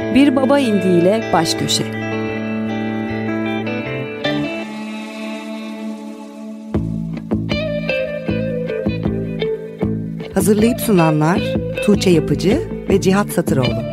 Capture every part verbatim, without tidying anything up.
Bir Baba indiğiyle baş köşe. Hazırlayıp sunanlar Tuğçe Yapıcı ve Cihat Satıroğlu.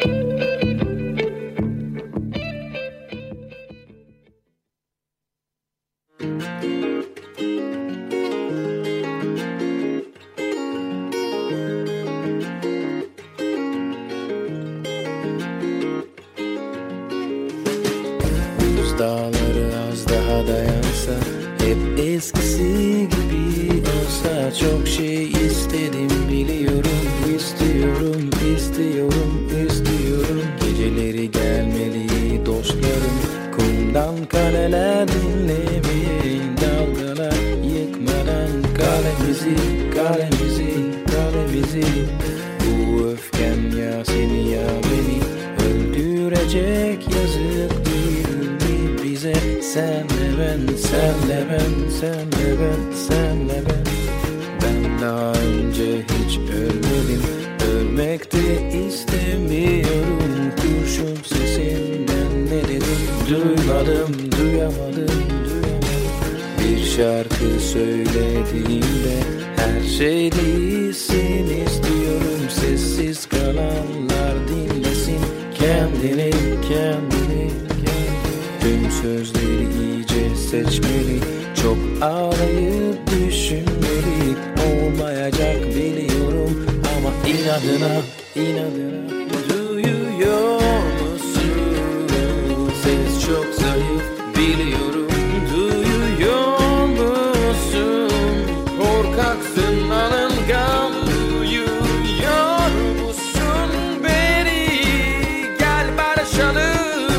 Dağları az daha dayansa, hep eskisi gibi olsa, çok şey istedim biliyorum, istiyorum, istiyorum, istiyorum. Geceleri gelmeli dostlarım, kumdan kaleler dinlemeyi, dalgalar yıkmadan kalemizi, kalemizi, kalemizi. Bu öfkem ya seni ya beni öldürecek, yazık bize. Senle ben, senle ben, senle ben, senle ben. Ben daha önce hiç ölmedim, ölmek de istemiyorum. Kurşun sesinden ne dedim duymadım, duyamadım, duyamadım. Bir şarkı söylediğimde her şey değilsin istiyorum. Sessiz kalanlar dinlesin kendini, kendini. Tüm sözleri iyice seçmeli, çok ağlayıp düşünmeli. Olmayacak biliyorum ama inadına, inadına. Duyuyor musun? Ses çok zayıf biliyorum. Duyuyor musun? Korkaksın, alıngan. Duyuyor musun beni? Gel barışalım.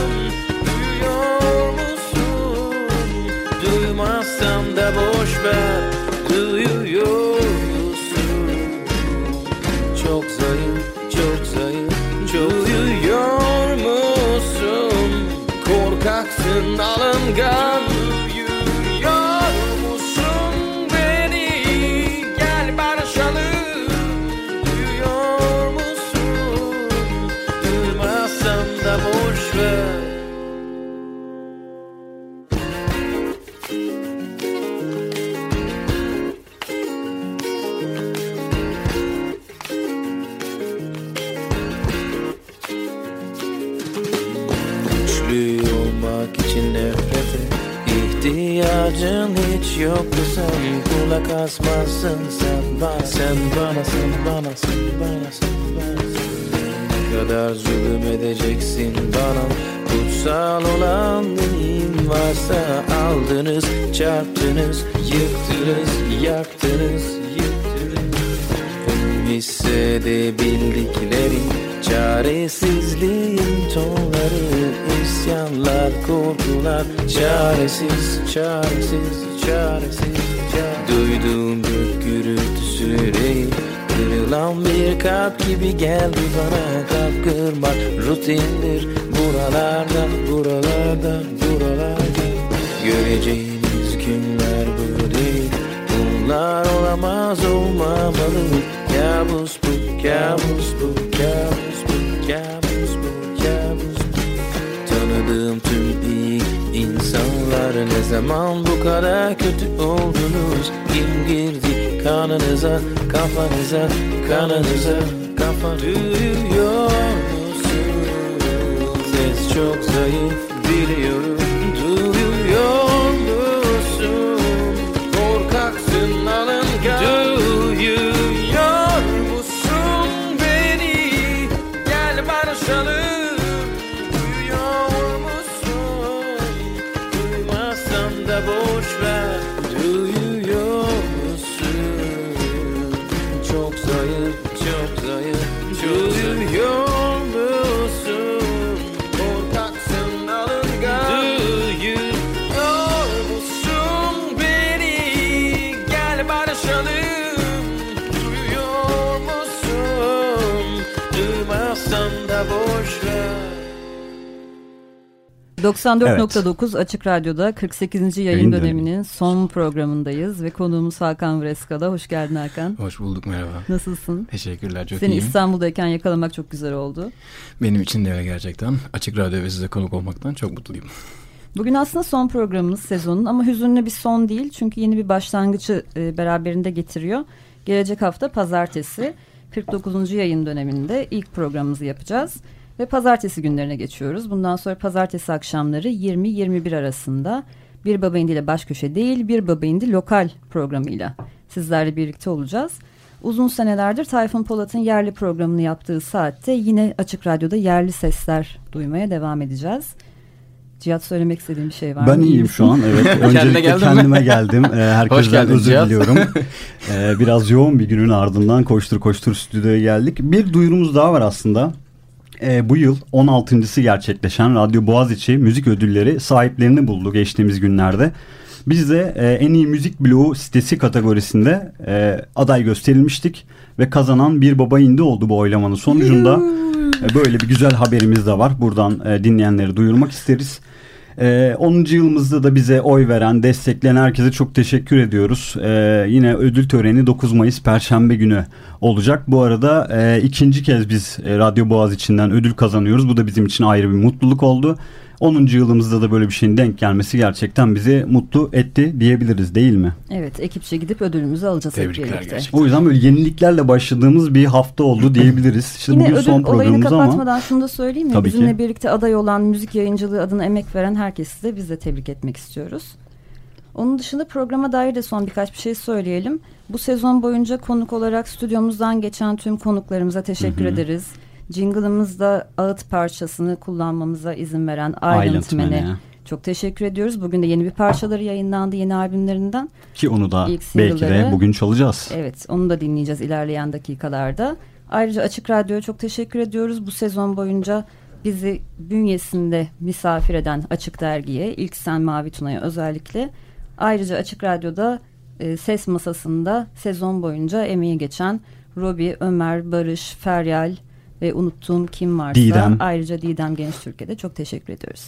Duymazsam da boş ver. Duyuyor musun? Çok zayıf, çok zayıf, çok duyuyor musun? Korkaksın, alıngan. Duyuyor musun beni? Gel barışalım. Duyuyor musun? Duymazsam da boş ver. İhtiyacın hiç yoktu, sen kulak asmazsın. Sen bana, sen bana, sen bana, sen bana, sen bana. Ne kadar zulüm edeceksin bana? Kutsal olan neyim varsa aldınız, çarptınız, yıktınız, yaktınız, yıktınız. Tüm hissedebildiklerim, çaresizliğin tonları, isyanlar, korkular, çaresiz, çaresiz, çaresiz, çaresiz. Duyduğum gök gürültüsü değil, kırılan bir kalp gibi geldi bana. Kalp kırmak rutindir buralarda, buralarda, buralarda. Göreceğiniz günler bu değil, bunlar olamaz, olmamalı. Kabus bu, kabus bu, kabus bu, kabus bu, kabus bu. Tanıdığım tüm iyi insanlar, ne zaman bu kadar kötü oldunuz? Kim girdi kanınıza, kafanıza, kanınıza, kafa. Duyuyor musun? Ses çok zayıf biliyorum. Duyuyor musun? Korkaksın, alıngan. Duyuyor musun beni? Gel barışalım. Duyuyor musun? Duymazsam da boş ver. Duyuyor musun? Çok zayıf, çok zayıf, çok duyuyor musun? Korkaksın, alıngan. Duyuyor musun beni? Gel barışalım. Duyuyor musun? Duymazsam da boş ver. doksan dört nokta dokuz evet. Açık Radyo'da kırk sekizinci yayın, yayın döneminin dönemi. son programındayız ve konuğumuz Hakan Vreskala. Hoş geldin Hakan. Hoş bulduk, merhaba. Nasılsın? Teşekkürler, çok Seni iyiyim. Seni İstanbul'dayken yakalamak çok güzel oldu. Benim için de öyle gerçekten. Açık Radyo ve size konuk olmaktan çok mutluyum. Bugün aslında son programımız sezonun ama hüzünlü bir son değil. Çünkü yeni bir başlangıcı e, beraberinde getiriyor. Gelecek hafta pazartesi kırk dokuzuncu yayın döneminde ilk programımızı yapacağız. Ve pazartesi günlerine geçiyoruz. Bundan sonra pazartesi akşamları yirmi yirmi bir arasında Bir Baba İndi ile Baş Köşe değil, Bir Baba İndi lokal programıyla sizlerle birlikte olacağız. Uzun senelerdir Tayfun Polat'ın yerli programını yaptığı saatte yine Açık Radyo'da yerli sesler duymaya devam edeceğiz. Cihat, söylemek istediğim bir şey var ben mı? Ben iyiyim şu an, evet. Öncelikle kendime geldim. Ee, herkesten özür Cihat. diliyorum. Ee, biraz yoğun bir günün ardından koştur koştur stüdyoya geldik. Bir duyurumuz daha var aslında. Ee, bu yıl on altıncısı gerçekleşen Radyo Boğaziçi Müzik Ödülleri sahiplerini buldu geçtiğimiz günlerde. Biz de e, en iyi müzik bloğu sitesi kategorisinde e, aday gösterilmiştik. Ve kazanan Bir Baba İndi oldu bu oylamanın sonucunda. e, böyle bir güzel haberimiz de var. Buradan e, dinleyenleri duyurmak isteriz. Ee, onuncu yılımızda da bize oy veren, destekleyen herkese çok teşekkür ediyoruz. Ee, yine ödül töreni dokuz Mayıs Perşembe günü olacak. Bu arada e, ikinci kez biz e, Radyo Boğaziçi'nden ödül kazanıyoruz. Bu da bizim için ayrı bir mutluluk oldu. onuncu yılımızda da böyle bir şeyin denk gelmesi gerçekten bizi mutlu etti diyebiliriz, değil mi? Evet, ekipçe gidip ödülümüzü alacağız. Tebrikler gerçekten. O yüzden böyle yeniliklerle başladığımız bir hafta oldu diyebiliriz. İşte yine bugün ödül son olayını kapatmadan ama... şunu da söyleyeyim mi? Bizimle ki. birlikte aday olan, müzik yayıncılığı adına emek veren herkesi de biz de tebrik etmek istiyoruz. Onun dışında programa dair de son birkaç bir şey söyleyelim. Bu sezon boyunca konuk olarak stüdyomuzdan geçen tüm konuklarımıza teşekkür Hı-hı. ederiz. Jingle'ımızda ağıt parçasını kullanmamıza izin veren Island Man'e çok teşekkür ediyoruz. Bugün de yeni bir parçaları yayınlandı, yeni albümlerinden. Ki onu da belki de bugün çalacağız. Evet, onu da dinleyeceğiz ilerleyen dakikalarda. Ayrıca Açık Radyo'ya çok teşekkür ediyoruz. Bu sezon boyunca bizi bünyesinde misafir eden Açık Dergi'ye, İlk Sen Mavi Tuna'ya özellikle. Ayrıca Açık Radyo'da e, ses masasında sezon boyunca emeği geçen Robi, Ömer, Barış, Feryal ve unuttuğum kim varsa Didem. Ayrıca Didem Genç Türkiye'de çok teşekkür ediyoruz.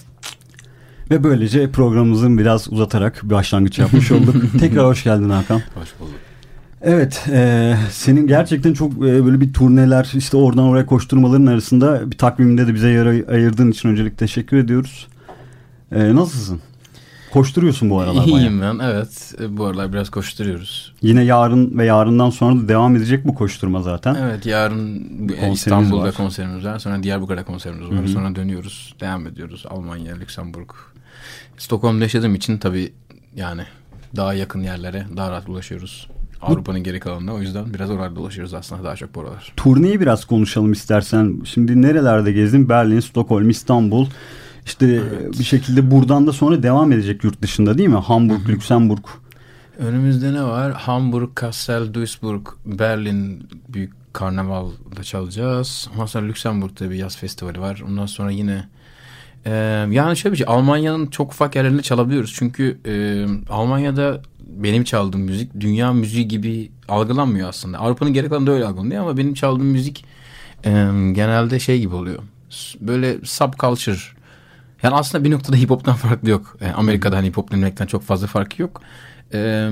Ve böylece programımızın biraz uzatarak bir başlangıç yapmış olduk. Tekrar hoş geldin Hakan. Hoş bulduk. Evet, e, senin gerçekten çok e, böyle bir turneler, işte oradan oraya koşturmaların arasında bir takviminde de bize yer ayırdığın için öncelikle teşekkür ediyoruz. E, nasılsın? Koşturuyorsun bu aralar. İyiyim bayağı. Ben, evet. Bu aralar biraz koşturuyoruz. Yine yarın ve yarından sonra da devam edecek bu koşturma zaten. Evet, yarın İstanbul'da var. konserimiz var. Sonra Diyarbakır'da konserimiz var. Hı-hı. Sonra dönüyoruz, devam ediyoruz. Almanya, Lüksemburg. Stockholm'da yaşadığım için tabii yani daha yakın yerlere daha rahat ulaşıyoruz. Avrupa'nın geri kalanına, o yüzden biraz oralarda dolaşıyoruz aslında, daha çok buralar. Turneyi biraz konuşalım istersen. Şimdi nerelerde gezdin? Berlin, Stockholm, İstanbul. İşte evet. Bir şekilde buradan da sonra devam edecek yurt dışında, değil mi? Hamburg, Hı-hı. Lüksemburg. Önümüzde ne var? Hamburg, Kassel, Duisburg, Berlin büyük karnavalda çalacağız. Ondan sonra Lüksemburg'da bir yaz festivali var. Ondan sonra yine e, yani şöyle bir şey, Almanya'nın çok ufak yerlerinde çalabiliyoruz. Çünkü e, Almanya'da benim çaldığım müzik dünya müziği gibi algılanmıyor aslında. Avrupa'nın geri kalanında öyle algılanıyor ama benim çaldığım müzik e, genelde şey gibi oluyor. Böyle subculture. Yani aslında bir noktada hip hop'tan farklı yok. Yani Amerika'da hani hip hop dinlemekten çok fazla farkı yok. Ee,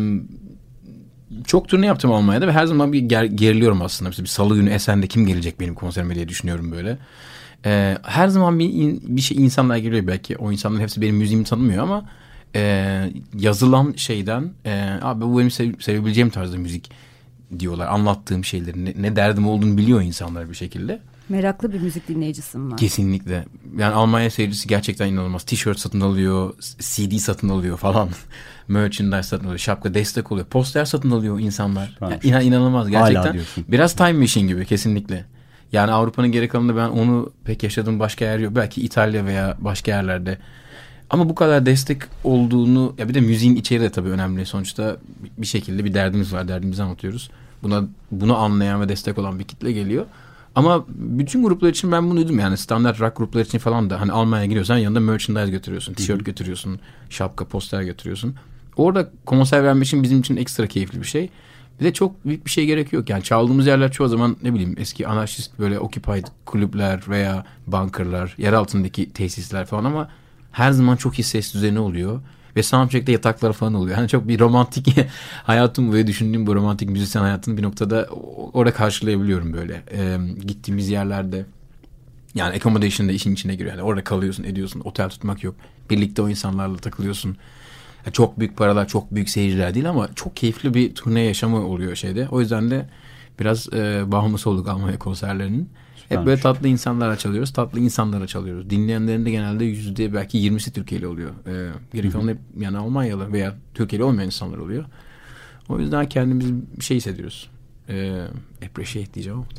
çok turne yaptım Almanya'da ve her zaman bir ger- geriliyorum aslında. Mesela bir salı günü Esen'de kim gelecek benim konserime diye düşünüyorum böyle. Ee, her zaman bir, in, bir şey insanlar geliyor, belki o insanların hepsi benim müziğimi tanımıyor ama e, yazılan şeyden e, abi bu benim sev- sevebileceğim tarzda müzik diyorlar. Anlattığım şeylerin ne, ne derdim olduğunu biliyor insanlar bir şekilde. Meraklı bir müzik dinleyicisin var. Kesinlikle. Yani Almanya seyircisi gerçekten inanılmaz. Tişört satın alıyor, C D satın alıyor falan. Merchandise satın alıyor, şapka destek oluyor. Poster satın alıyor insanlar. Yani inan, inanılmaz gerçekten. Biraz time machine gibi kesinlikle. Yani Avrupa'nın geri kalanında ben onu pek yaşadığım başka yer yok. Belki İtalya veya başka yerlerde. Ama bu kadar destek olduğunu, ya bir de müziğin içeriği de tabii önemli. Sonuçta bir şekilde bir derdimiz var, derdimizi anlatıyoruz. Buna bunu anlayan ve destek olan bir kitle geliyor. Ama bütün gruplar için ben bunu duydum, yani standart rock gruplar için falan da hani Almanya'ya gidiyorsan yanında merchandise götürüyorsun, tişört götürüyorsun, şapka, poster götürüyorsun. Orada konser vermek için bizim için ekstra keyifli bir şey. Bir de çok büyük bir şey gerekiyor. Yani çaldığımız yerler çoğu zaman ne bileyim eski anarşist böyle occupied kulüpler veya bunkerlar, yer altındaki tesisler falan ama Her zaman çok iyi ses düzeni oluyor. Ve soundcheck'te yataklar falan oluyor. Hani çok bir romantik hayatım ve düşündüğüm bu romantik müzisyen hayatını bir noktada orada karşılayabiliyorum böyle. Ee, gittiğimiz yerlerde yani accommodation da işin içine giriyor. Yani orada kalıyorsun, ediyorsun. Otel tutmak yok. Birlikte o insanlarla takılıyorsun. Yani çok büyük paralar, çok büyük seyirciler değil ama çok keyifli bir turne yaşamı oluyor şeyde. O yüzden de biraz e, bağımlısı olduk Almanya konserlerinin. Süpermiş. Hep böyle tatlı insanlarla çalıyoruz. Tatlı insanlarla çalıyoruz. Dinleyenlerin de genelde yüzde belki yirmisi Türkiye'li oluyor. Ee, geri kalan hep yani Almanyalı veya Türkiye'li olmayan insanlar oluyor. O yüzden kendimizi bir şey hissediyoruz. Ee, appreciate diyeceğim ama.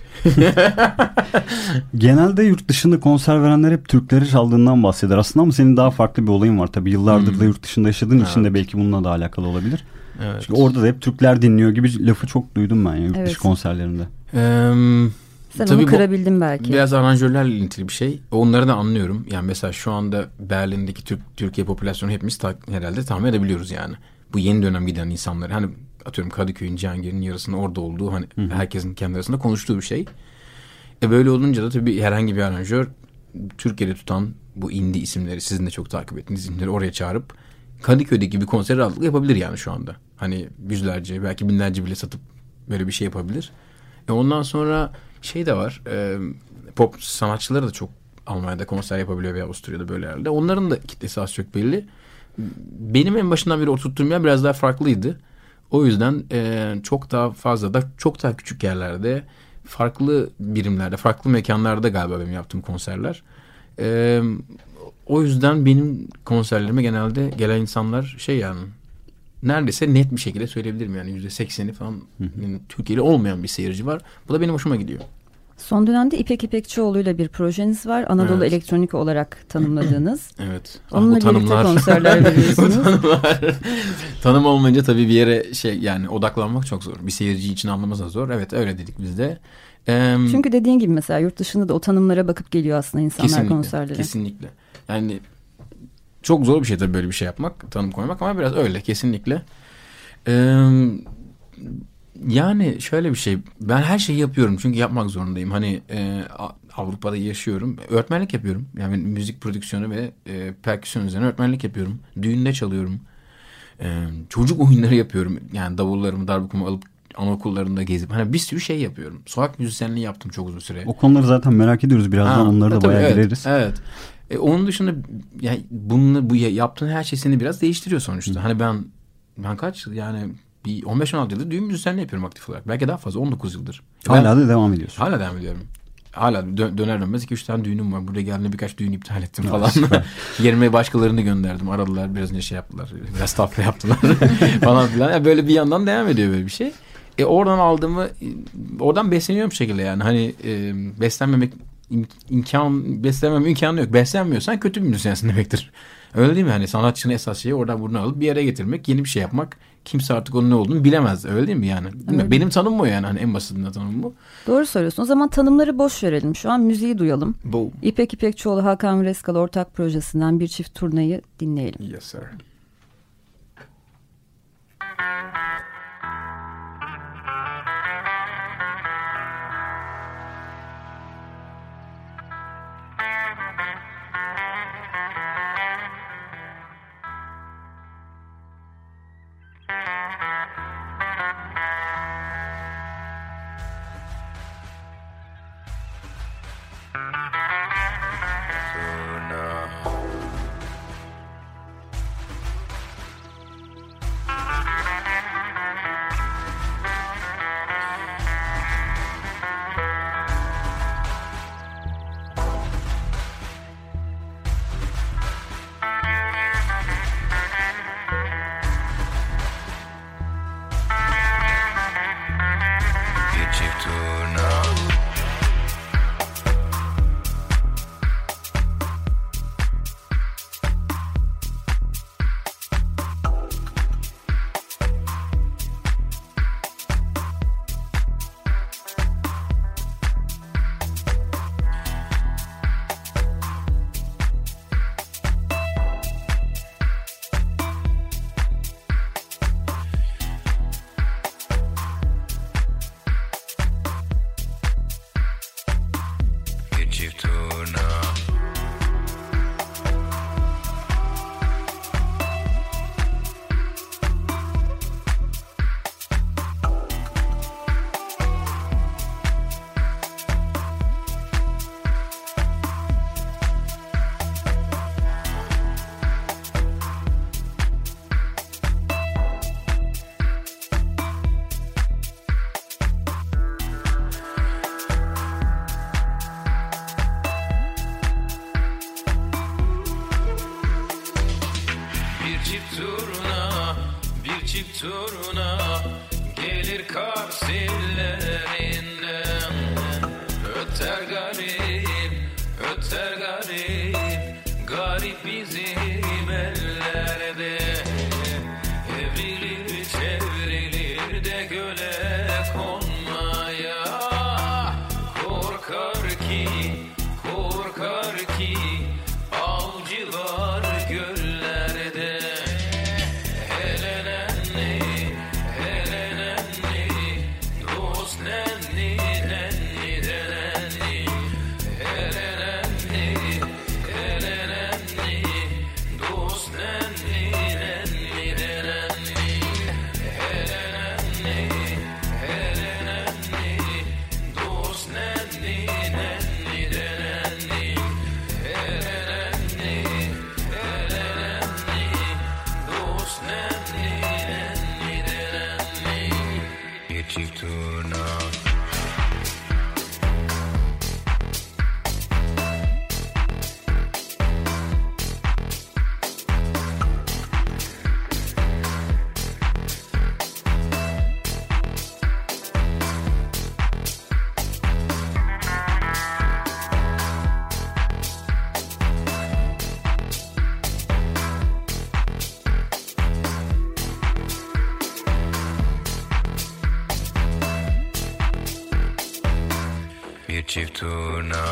Genelde yurt dışında konser verenler hep Türkleri çaldığından bahseder aslında ama senin daha farklı bir olayın var. Tabii yıllardır hmm. da yurt dışında yaşadığın evet. için de belki bununla da alakalı olabilir. Evet. Çünkü orada da hep Türkler dinliyor gibi lafı çok duydum ben ya, yurt evet. dışı konserlerinde. Eee Sen tabii onu kırabildin belki. Biraz aranjörlerle ilintili bir şey. Onları da anlıyorum. Yani mesela şu anda Berlin'deki Türk Türkiye popülasyonu hepimiz ta, herhalde tahmin edebiliyoruz yani. Bu yeni dönem giden insanları. Hani atıyorum Kadıköy'ün, Cihangir'in yarısının orada olduğu hani Hı-hı. herkesin kendi arasında konuştuğu bir şey. E böyle olunca da tabii herhangi bir aranjör Türkiye'de tutan bu indie isimleri, sizin de çok takip ettiğiniz isimleri oraya çağırıp Kadıköy'deki bir konser rahatlıkla yapabilir yani şu anda. Hani yüzlerce belki binlerce bile satıp böyle bir şey yapabilir. E ondan sonra şey de var. E, pop sanatçıları da çok Almanya'da konser yapabiliyor veya Avusturya'da böyle yerlerde. Onların da kitlesi az çok belli. Benim en başından beri oturttuğum yer biraz daha farklıydı. O yüzden e, çok daha fazla da çok daha küçük yerlerde, farklı birimlerde, farklı mekanlarda galiba benim yaptığım konserler. E, o yüzden benim konserlerime genelde gelen insanlar şey yani neredeyse net bir şekilde söyleyebilirim yani yüzde sekseni falan yani Türkiye'li olmayan bir seyirci var. Bu da benim hoşuma gidiyor. Son dönemde İpek İpekçioğlu'yla bir projeniz var. Anadolu evet. Elektronik olarak tanımladığınız. Evet. Onunla ah, birlikte konserler veriyorsunuz. tanımlar. Tanım olmayınca tabii bir yere şey yani odaklanmak çok zor. Bir seyirci için anlaması da zor. Evet öyle dedik biz de. Ee, Çünkü dediğin gibi mesela yurt dışında da o tanımlara bakıp geliyor aslında insanlar kesinlikle, konserlere. Kesinlikle. Yani çok zor bir şey tabii böyle bir şey yapmak, tanım koymak ama biraz öyle kesinlikle. Ee, yani şöyle bir şey, ben her şeyi yapıyorum çünkü yapmak zorundayım. Hani e, Avrupa'da yaşıyorum, öğretmenlik yapıyorum. Yani müzik prodüksiyonu ve e, perküsyon üzerine öğretmenlik yapıyorum. Düğünde çalıyorum. E, çocuk oyunları yapıyorum. Yani davullarımı, darbukamı alıp anaokullarında gezip hani bir sürü şey yapıyorum. Sokak müzisyenliği yaptım çok uzun süre. O konuları zaten merak ediyoruz. Birazdan ha, onları da tabii, bayağı evet, gireriz. Evet. E, onun dışında yani bunu bu yaptığın her şey seni biraz değiştiriyor sonuçta. Hı. Hani ben ben kaç yani bir on beş on altı yıldır düğün müzisyenliği yapıyorum aktif olarak. Belki daha fazla on dokuz yıldır. Hala ben, da devam ediyorsun. Hala devam ediyorum. Hala dö- döner dönmez iki üç tane düğünüm var. Buraya geldiğinde birkaç düğün iptal ettim falan. Yerime başkalarını gönderdim. Aradılar biraz ne şey yaptılar. Biraz tafra yaptılar falan filan. Yani böyle bir yandan devam ediyor böyle bir şey. E oradan aldığımı oradan besleniyorum bir şekilde yani. Hani e, beslenmemek imkan beslenmem imkanı yok. Beslenmiyorsan kötü bir müzisyensin demektir. Öyle değil mi? Hani sanatçının esas şeyi oradan buradan alıp bir yere getirmek, yeni bir şey yapmak. Kimse artık onun ne olduğunu bilemez. Öyle değil mi yani? Evet. Benim tanımım o yani. Hani en basitinden tanımım bu. Doğru söylüyorsun. O zaman tanımları boş verelim. Şu an müziği duyalım. Bu. İpek İpekçioğlu, Hakan Vreskalı ortak projesinden bir çift turneyi dinleyelim. Yes sir. gelir kar sellerinden. Öter garip, öter garip, garip bizim ellerde. Evrilir çevrilir de göle konmaya. Korkar ki, korkar ki avcılar göllerde. Hele nenni, hele nenni, dost nenni, nenni de nenni. Hele nenni, hele nenni, dost nenni, nenni de nenni. Hele nenni, hele nenni, dost nenni, nenni de nenni. Hele nenni, hele nenni, dost nenni, nenni de nenni. Bir çift turna. Bir çift turna.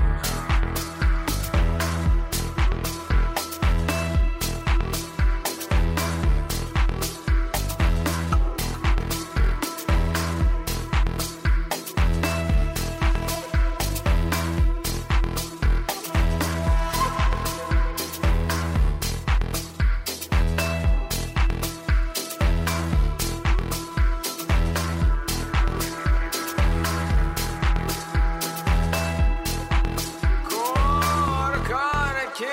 Korkar ki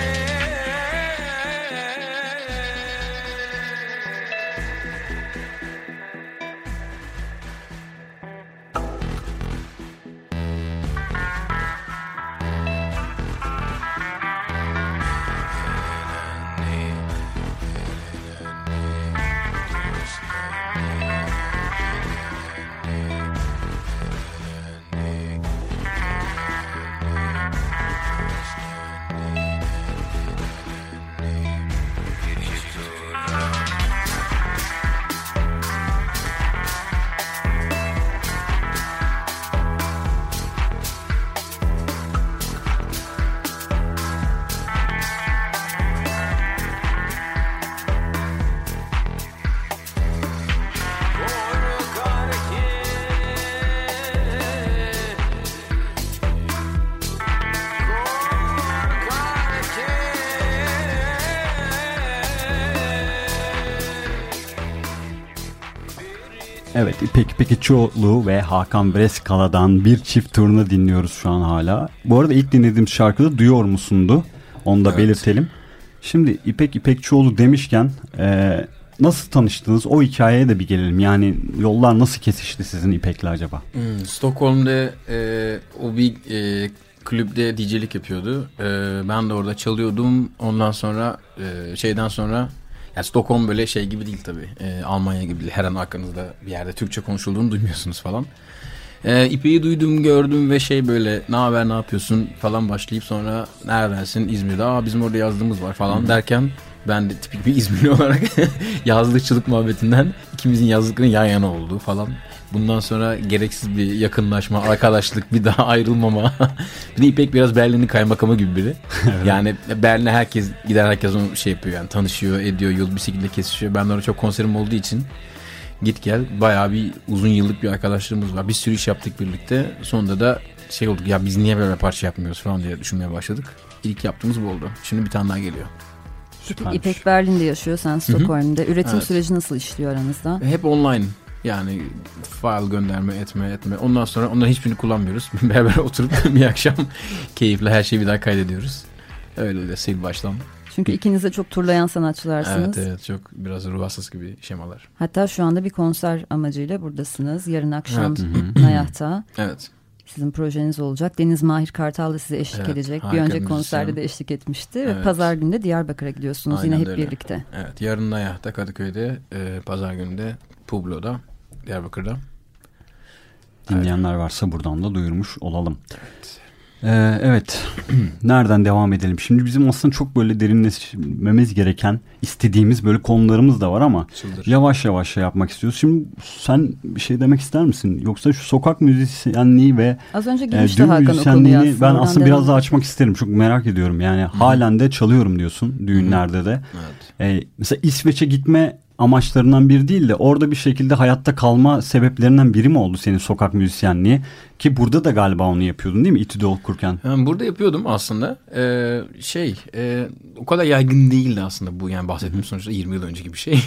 korkar ki korkar ki Evet, İpek İpekçioğlu ve Hakan Vreskala'dan bir çift turna dinliyoruz şu an hala. Bu arada ilk dinlediğim şarkıda Duyuyor Musun'du. Onu da Evet. belirtelim. Şimdi İpek İpekçioğlu demişken e, nasıl tanıştınız? O hikayeye de bir gelelim. Yani yollar nasıl kesişti sizin İpek'le acaba? Hmm, Stockholm'da e, o bir e, kulüpte D J'lik yapıyordu. E, ben de orada çalıyordum. Ondan sonra e, şeyden sonra yani Stockholm böyle şey gibi değil tabii. E, Almanya gibi değil. Her an arkanızda bir yerde Türkçe konuşulduğunu duymuyorsunuz falan. E, İpek'i duydum, gördüm ve şey böyle ne haber, ne yapıyorsun falan başlayıp sonra neredensin? İzmir'de. Aa bizim orada yazdığımız var falan derken ben de tipik bir İzmirli olarak yazlıkçılık muhabbetinden ikimizin yazlıkların yan yana olduğu falan. Bundan sonra gereksiz bir yakınlaşma, arkadaşlık, bir daha ayrılmama. Bir de İpek biraz Berlin'in kaymakamı gibi biri. Yani Berlin'e herkes gider, herkes onu şey yapıyor yani tanışıyor, ediyor, yol bir şekilde kesişiyor. Ben de orada çok konserim olduğu için git gel bayağı bir uzun yıllık bir arkadaşlığımız var. Bir sürü iş yaptık birlikte. Sonunda da şey olduk ya biz niye böyle parça yapmıyoruz falan diye düşünmeye başladık. İlk yaptığımız bu oldu. Şimdi bir tane daha geliyor. Süpermiş. İpek Berlin'de yaşıyor, sen Stockholm'da. Üretim Evet. süreci nasıl işliyor aranızda? Hep online. Yani file gönderme, etme, etme. Ondan sonra onların hiçbirini kullanmıyoruz. Beraber oturup bir akşam keyifle her şeyi bir daha kaydediyoruz. Öyle de sil baştan. Çünkü ikiniz de çok turlayan sanatçılarsınız. Evet evet, çok biraz ruh hastası gibi şemalar. Hatta şu anda bir konser amacıyla buradasınız. Yarın akşam Evet. Nayah'ta. Evet. Sizin projeniz olacak. Deniz Mahir Kartal da size eşlik Evet, edecek. Bir harika önceki bir konserde müzisyen. de eşlik etmişti. Evet. Ve pazar günü de Diyarbakır'a gidiyorsunuz. Aynen Yine hep öyle. birlikte. Evet, yarın Nayah'ta Kadıköy'de, e, pazar günü de Pueblo'da, Diyarbakır'da. Dinleyenler varsa buradan da duyurmuş olalım. Evet. Ee, evet. Nereden devam edelim? Şimdi bizim aslında çok böyle derinleşmemiz gereken, istediğimiz böyle konularımız da var ama Çıldır. yavaş yavaş şey yapmak istiyoruz. Şimdi sen bir şey demek ister misin? Yoksa şu sokak müzisyenliği ve az önce girmişti e, Hakan müzisyenliğini ben aslında biraz daha açmak isterim. Çok merak ediyorum. Yani Hı. halen de çalıyorum diyorsun düğünlerde Hı. de. Evet. Ee, mesela İsveç'e gitme amaçlarından biri değil de orada bir şekilde hayatta kalma sebeplerinden biri mi oldu senin sokak müzisyenliği? Ki burada da galiba onu yapıyordun değil mi? İTÜ'de okurken. Yani burada yapıyordum aslında. Ee, şey e, o kadar yaygın değildi aslında bu, yani bahsettiğim sonuçta yirmi yıl önceki bir şey.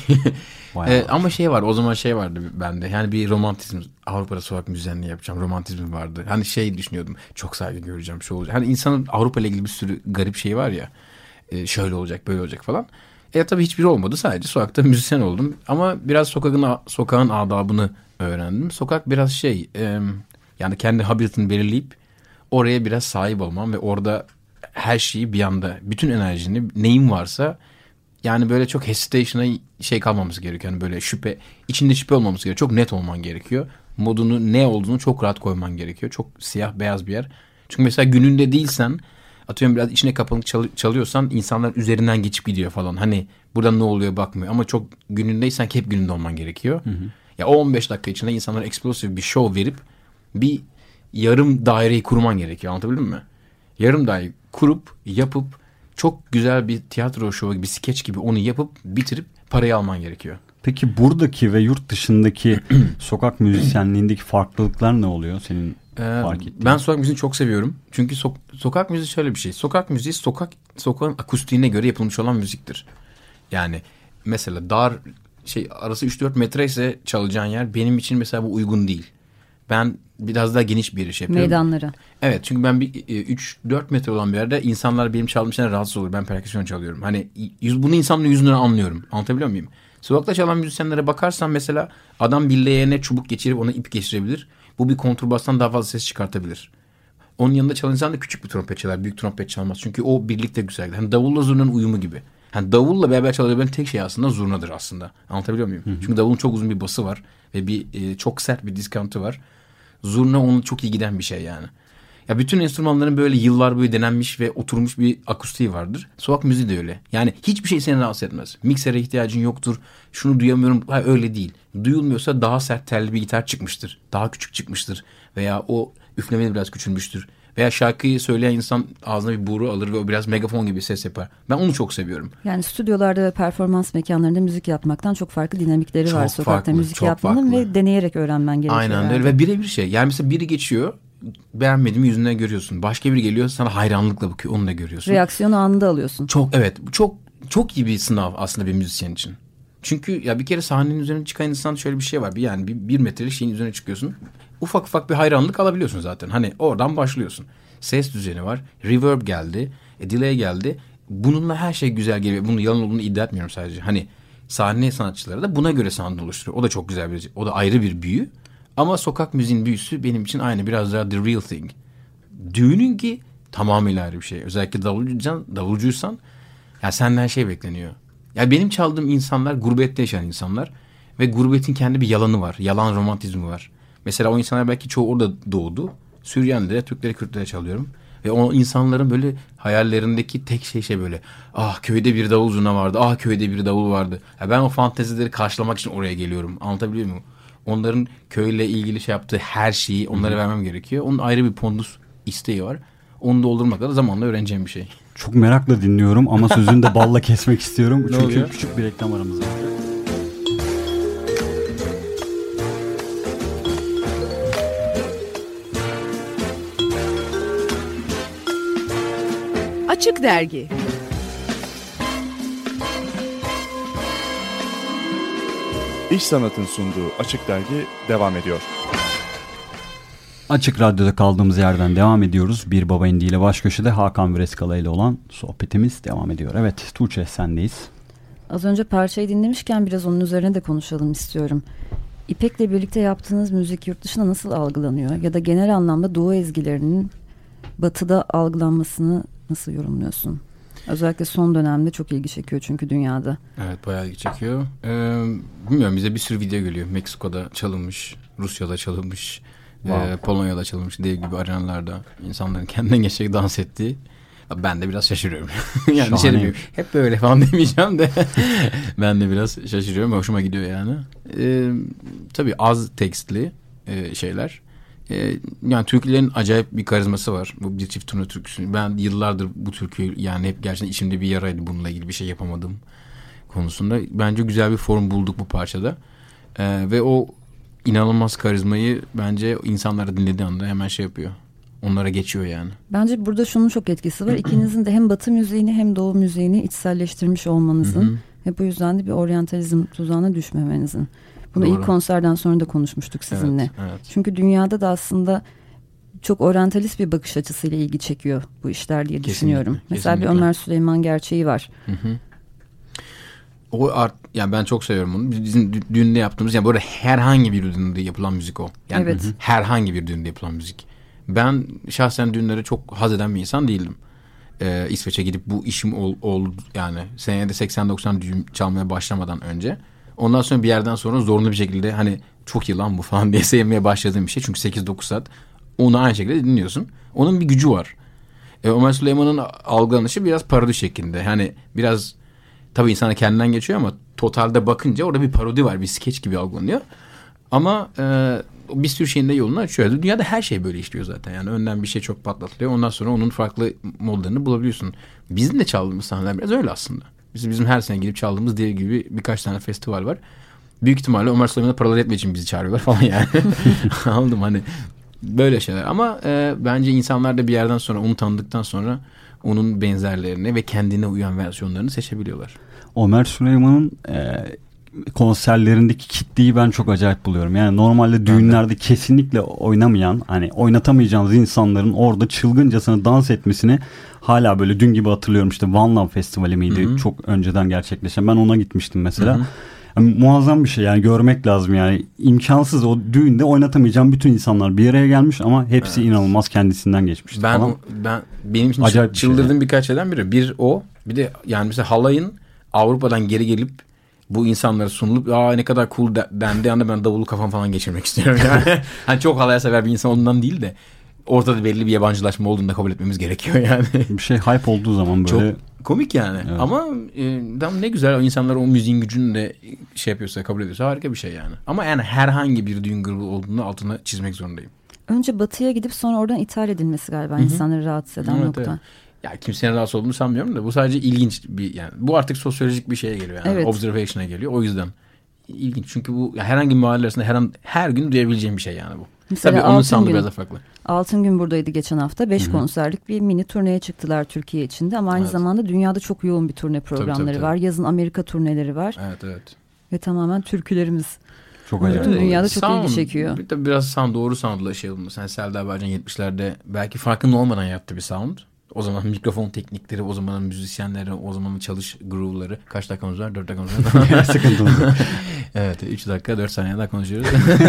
ee, ama şey var, o zaman şey vardı bende. Yani bir romantizm, Avrupa'da sokak müzisyenliği yapacağım romantizm vardı. Hani şey düşünüyordum, çok saygı göreceğim, şu olacak. Hani insanın Avrupa ile ilgili bir sürü garip şey var ya. E, şöyle olacak, böyle olacak falan. E tabii hiçbiri olmadı. Sadece sokakta müzisyen oldum. Ama biraz sokağın sokağın adabını öğrendim. Sokak biraz şey, e, yani kendi habitatını belirleyip oraya biraz sahip olmam ve orada her şeyi bir anda, bütün enerjini, neyin varsa, yani böyle çok hesitation'a şey kalmaması gerekiyor. Yani böyle şüphe, içinde şüphe olmaması gerekiyor. Çok net olman gerekiyor. Modunu, ne olduğunu çok rahat koyman gerekiyor. Çok siyah beyaz bir yer. Çünkü mesela gününde değilsen, atıyorum biraz içine kapanık çal- çalıyorsan insanlar üzerinden geçip gidiyor falan. Hani burada ne oluyor bakmıyor. Ama çok günündeysen hep gününde olman gerekiyor. Hı hı. Ya o on beş dakika içinde insanlara explosive bir show verip bir yarım daireyi kurman gerekiyor. Anlatabildim mi? Yarım daire kurup yapıp çok güzel bir tiyatro şovu, bir skeç gibi onu yapıp bitirip parayı alman gerekiyor. Peki buradaki ve yurt dışındaki sokak müzisyenliğindeki farklılıklar ne oluyor senin ee, fark ettiğin? Ben sokak müziğini çok seviyorum. Çünkü so- sokak müziği şöyle bir şey. Sokak müziği sokak sokağın akustiğine göre yapılmış olan müziktir. Yani mesela dar şey arası üç dört metre ise çalacağın yer benim için mesela bu uygun değil. Ben biraz daha geniş bir yeri şey yapıyorum. Meydanları. Evet, çünkü ben bir üç dört metre olan bir yerde insanlar benim çaldığım şeyden rahatsız olur. Ben perküsyon çalıyorum. Hani yüz, bunu insanların yüzünden anlıyorum. Anlatabiliyor muyum? Sokakta çalan müzisyenlere bakarsan mesela adam bir leğene çubuk geçirip ona ip geçirebilir. Bu bir kontrbastan daha fazla ses çıkartabilir. Onun yanında çalan insan da küçük bir trompet çalar. Büyük trompet çalmaz. Çünkü o birlikte güzel. Hani davulla zurnanın uyumu gibi. Hani davulla beraber çalabileceğin tek şey aslında zurnadır aslında. Anlatabiliyor muyum? Hı hı. Çünkü davulun çok uzun bir bası var. Ve bir e, çok sert bir diskantı var. Zurna onun çok iyi giden bir şey yani. Ya bütün enstrümanların böyle yıllar boyu denenmiş ve oturmuş bir akustiği vardır. Sokak müziği de öyle. Yani hiçbir şey seni rahatsız etmez. Miksere ihtiyacın yoktur. Şunu duyamıyorum. Hayır, öyle değil. Duyulmuyorsa daha sert telli bir gitar çıkmıştır. Daha küçük çıkmıştır. Veya o üflemeli biraz küçülmüştür. Veya şarkıyı söyleyen insan ağzına bir boru alır ve o biraz megafon gibi ses yapar. Ben onu çok seviyorum. Yani stüdyolarda ve performans mekanlarında müzik yapmaktan çok farklı dinamikleri çok var. Sokakta farklı, müzik yapmanın farklı. Ve deneyerek öğrenmen gerekiyor. Aynen öyle ve birebir şey. Yani mesela biri geçiyor, beğenmediğimi yüzünden görüyorsun. Başka biri geliyor, sana hayranlıkla bakıyor, onu da görüyorsun. Reaksiyonu anında alıyorsun. Çok evet, çok çok iyi bir sınav aslında bir müzisyen için. Çünkü ya bir kere sahnenin üzerine çıkan insan şöyle bir şey var. Bir yani bir, bir metrelik şeyin üzerine çıkıyorsun. Ufak ufak bir hayranlık alabiliyorsun zaten. Hani oradan başlıyorsun. Ses düzeni var. Reverb geldi. E, delay geldi. Bununla her şey güzel geliyor. Bunun yalan olduğunu iddia etmiyorum sadece. Hani sahne sanatçıları da buna göre sahne oluşturuyor. O da çok güzel bir, o da ayrı bir büyü. Ama sokak müziğin büyüsü benim için aynı. Biraz daha the real thing. Düğünün ki tamamıyla ayrı bir şey. Özellikle davulcuysan, davulcuysan ya senden şey bekleniyor. Ya benim çaldığım insanlar gurbette yaşayan insanlar ve gurbetin kendi bir yalanı var. Yalan romantizmi var. Mesela o insanlar belki çoğu orada doğdu. Süryanilere, Türklere, Kürtlere çalıyorum. Ve o insanların böyle hayallerindeki tek şey şey böyle. Ah köyde bir davul zurna vardı. Ah köyde bir davul vardı. Ya ben o fantezileri karşılamak için oraya geliyorum. Anlatabiliyor muyum? Onların köyle ilgili şey yaptığı her şeyi onlara vermem gerekiyor. Onun ayrı bir pondus isteği var. Onu doldurmakla da zamanla öğreneceğim bir şey. Çok merakla dinliyorum ama sözünü de balla kesmek istiyorum. Çünkü oluyor? Küçük bir reklam aramız var. Açık Dergi. İş Sanat'ın sunduğu Açık Dergi devam ediyor. Açık Radyo'da kaldığımız yerden devam ediyoruz. Bir Baba İndi ile baş köşede Hakan Vreskala ile olan sohbetimiz devam ediyor. Evet, Tuğçe sendeyiz. Az önce parçayı dinlemişken biraz onun üzerine de konuşalım istiyorum. İpek'le birlikte yaptığınız müzik yurt dışında nasıl algılanıyor? Ya da genel anlamda Doğu ezgilerinin Batı'da algılanmasını nasıl yorumluyorsun? Özellikle son dönemde çok ilgi çekiyor çünkü dünyada. Evet, bayağı ilgi çekiyor. Ee, bilmiyorum, bize bir sürü video geliyor. Meksiko'da çalınmış, Rusya'da çalınmış, wow. e, Polonya'da çalınmış, dev gibi arenalarda insanların kendinden geçerek dans ettiği. Ben de biraz şaşırıyorum. Yani şey demiyorum, hep böyle falan demeyeceğim de ben de biraz şaşırıyorum. Hoşuma gidiyor yani. Ee, tabii az tekstli e, şeyler. Ee, yani türkülerin acayip bir karizması var. Bu bir çift turna türküsü. Ben yıllardır bu türküyü yani hep gerçekten içimde bir yaraydı, bununla ilgili bir şey yapamadım konusunda. Bence güzel bir form bulduk bu parçada. Ee, ve o inanılmaz karizmayı bence insanlara dinlediği anda hemen şey yapıyor. Onlara geçiyor yani. Bence burada şunun çok etkisi var. İkinizin de hem Batı müziğini hem Doğu müziğini içselleştirmiş olmanızın. Hı hı. Ve bu yüzden de bir oryantalizm tuzağına düşmemenizin. Bunu Doğru. ilk konserden sonra da konuşmuştuk sizinle. Evet, evet. Çünkü dünyada da aslında çok oryantalist bir bakış açısıyla ilgi çekiyor bu işler diye Kesinlikle, düşünüyorum. Mesela kesinlikle. bir Ömer Süleyman gerçeği var. Hı hı. O art, yani ben çok seviyorum onu. Bizim düğünde yaptığımız, yani böyle herhangi bir düğünde yapılan müzik o. Yani evet. herhangi bir düğünde yapılan müzik. Ben şahsen düğünlere çok haz eden bir insan değildim. Ee, İsveç'e gidip bu işim ol, oldu yani senede seksen doksan düğün çalmaya başlamadan önce. Ondan sonra bir yerden sonra zorunlu bir şekilde hani çok iyi lan bu falan diye sevmeye başladığım bir şey. Çünkü sekiz dokuz saat onu aynı şekilde dinliyorsun. Onun bir gücü var. Ee, Ömer Süleyman'ın algılanışı biraz parodi şeklinde. Hani biraz tabii insana kendinden geçiyor ama totalde bakınca orada bir parodi var. Bir skeç gibi algılanıyor. Ama e, bir sürü şeyin de yolunu açıyor. Dünyada her şey böyle işliyor zaten. Yani önden bir şey çok patlatılıyor. Ondan sonra onun farklı modlarını bulabiliyorsun. Bizim de çaldığımız sahneler biraz öyle aslında. Bizim, bizim her sene gidip çaldığımız diye gibi birkaç tane festival var. Büyük ihtimalle Ömer Süleyman'a paralar etmek için bizi çağırıyorlar falan yani. Anladım hani böyle şeyler. Ama e, bence insanlar da bir yerden sonra onu tanıdıktan sonra onun benzerlerini ve kendine uyan versiyonlarını seçebiliyorlar. Ömer Süleyman'ın e, konserlerindeki kitleyi ben çok acayip buluyorum. Yani normalde düğünlerde kesinlikle oynamayan, hani oynatamayacağınız insanların orada çılgıncasına dans etmesini hala böyle dün gibi hatırlıyorum. İşte One Love Festivali miydi? Hı-hı. Çok önceden gerçekleşen. Ben ona gitmiştim mesela. Yani muazzam bir şey yani, görmek lazım yani. İmkansız, o düğünde oynatamayacağım bütün insanlar bir araya gelmiş ama hepsi evet. inanılmaz kendisinden geçmiş. Ben falan. ben benim için acayip çıldırdığım bir şey. Birkaç şeyden biri. Bir o, bir de yani mesela halayın Avrupa'dan geri gelip bu insanlara sunulup aa ne kadar cool dendi anda ben davulu kafam falan geçirmek istiyorum yani. Hani çok halaya sever bir insan ondan değil de ortada belli bir yabancılaşma olduğunu da kabul etmemiz gerekiyor yani. Bir şey hype olduğu zaman böyle. Çok komik yani. Evet. Ama e, ne güzel o insanlar o müziğin gücünü de şey yapıyorsa, kabul ediyorsa harika bir şey yani. Ama yani herhangi bir düğün grubu olduğunu altına çizmek zorundayım. Önce Batı'ya gidip sonra oradan ithal edilmesi galiba Hı-hı. insanları rahatsız eden evet, nokta. Evet. Ya kimsenin rahatsız olduğunu sanmıyorum da bu sadece ilginç bir yani. Bu artık sosyolojik bir şeye geliyor yani. Evet. Observation'a geliyor. O yüzden ilginç. Çünkü bu herhangi bir mahalle arasında her an her gün duyabileceğim bir şey yani bu. Mesela tabii onun sound'u biraz da farklı. Altın Gün buradaydı geçen hafta. Beş Hı-hı. konserlik bir mini turneye çıktılar Türkiye içinde. Ama aynı evet. zamanda dünyada çok yoğun bir turne programları tabii, tabii, tabii. var. Yazın Amerika turneleri var. Evet evet. Ve tamamen türkülerimiz. Çok acayip. Bütün dünyada çok sound, ilgi çekiyor. Bir de biraz sound, doğru sound'la şey olmuş. Yani Selda Bağcan yetmişlerde belki farkında olmadan yaptı bir sound. O zaman mikrofon teknikleri, o zamanın müzisyenleri, o zamanın çalış groove'ları. Kaç dakikamız var? Dört dakikamız var. Sıkıntımız var. Evet, üç dakika, dört saniye daha konuşuyoruz.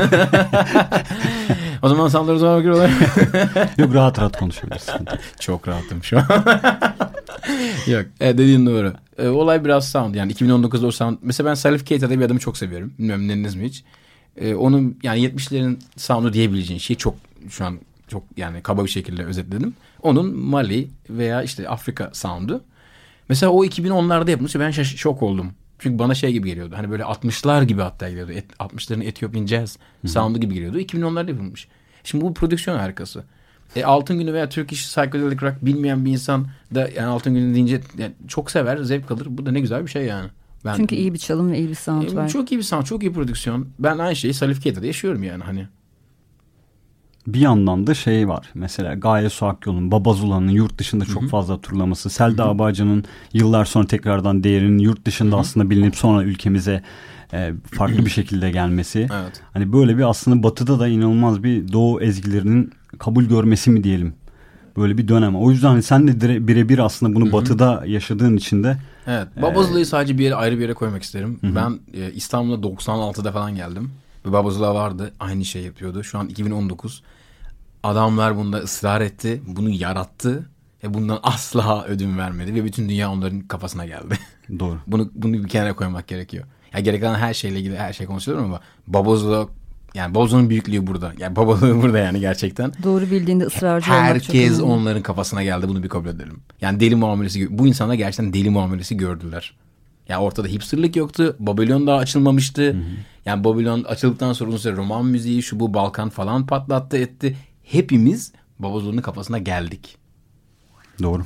O zaman soundları o zaman bakıyorlar. Yok, rahat rahat konuşuyoruz. Çok rahatım şu an. Yok, evet, dediğin doğru. Ee, olay biraz sound. Yani iki bin on dokuzda o sound. Mesela ben Salif Keita diye bir adamı çok seviyorum. Bilmiyorum dinlediniz mi hiç? Ee, onun yani yetmişlerin sound'u diyebileceğin şey çok şu an çok yani kaba bir şekilde özetledim. Onun Mali veya işte Afrika sound'u. Mesela o iki bin onlarda yapılmış. Ben şaş- şok oldum. Çünkü bana şey gibi geliyordu. Hani böyle altmışlar gibi hatta geliyordu. Et, altmışların Ethiopian Jazz sound'u gibi geliyordu. iki bin onlarda yapılmış. Şimdi bu prodüksiyon harikası. E, Altın Günü veya Turkish Psychedelic Rock bilmeyen bir insan da yani Altın Günü deyince yani çok sever, zevk alır. Bu da ne güzel bir şey yani. Ben, Çünkü iyi bir çalım ve iyi bir sound e, var. Çok iyi bir sound, çok iyi prodüksiyon. Ben aynı şeyi Salif Keita'da yaşıyorum yani hani. Bir yandan da şey var. Mesela Gaye Su Akyol'un, Babazula'nın yurt dışında çok Hı-hı. fazla turlaması. Selda Hı-hı. Bağcan'ın yıllar sonra tekrardan değerinin yurt dışında Hı-hı. aslında bilinip sonra ülkemize e, farklı Hı-hı. bir şekilde gelmesi. Evet. Hani böyle bir aslında batıda da inanılmaz bir doğu ezgilerinin kabul görmesi mi diyelim. Böyle bir dönem. O yüzden hani sen de birebir aslında bunu Hı-hı. batıda yaşadığın için de. Evet. Babazula'yı e, sadece bir yere, ayrı bir yere koymak isterim. Hı-hı. Ben e, İstanbul'a doksan altıda falan geldim. Ve Babazula vardı. Aynı şey yapıyordu. Şu an iki bin on dokuz. Adamlar bunda ısrar etti. Bunu yarattı. Ve bundan asla ödün vermedi ve bütün dünya onların kafasına geldi. Doğru. Bunu bunu bir kenara koymak gerekiyor. Ya gerek kalan her şeyle ilgili her şey konuşuluyor ama Babozula, yani Babozula'nın büyüklüğü burada. Yani babalığı burada yani gerçekten. Doğru bildiğinde ısrarcı olmak çok Herkes önemli. onların kafasına geldi, bunu bir kabul edelim. Yani deli muamelesi, bu insanlar gerçekten deli muamelesi gördüler. Yani ortada hipsterlik yoktu. Babylon daha açılmamıştı. Hı hı. Yani Babylon açıldıktan sonra uzun süre roman müziği, şu bu Balkan falan patlattı etti. Hepimiz Babozula'nın kafasına geldik. Doğru.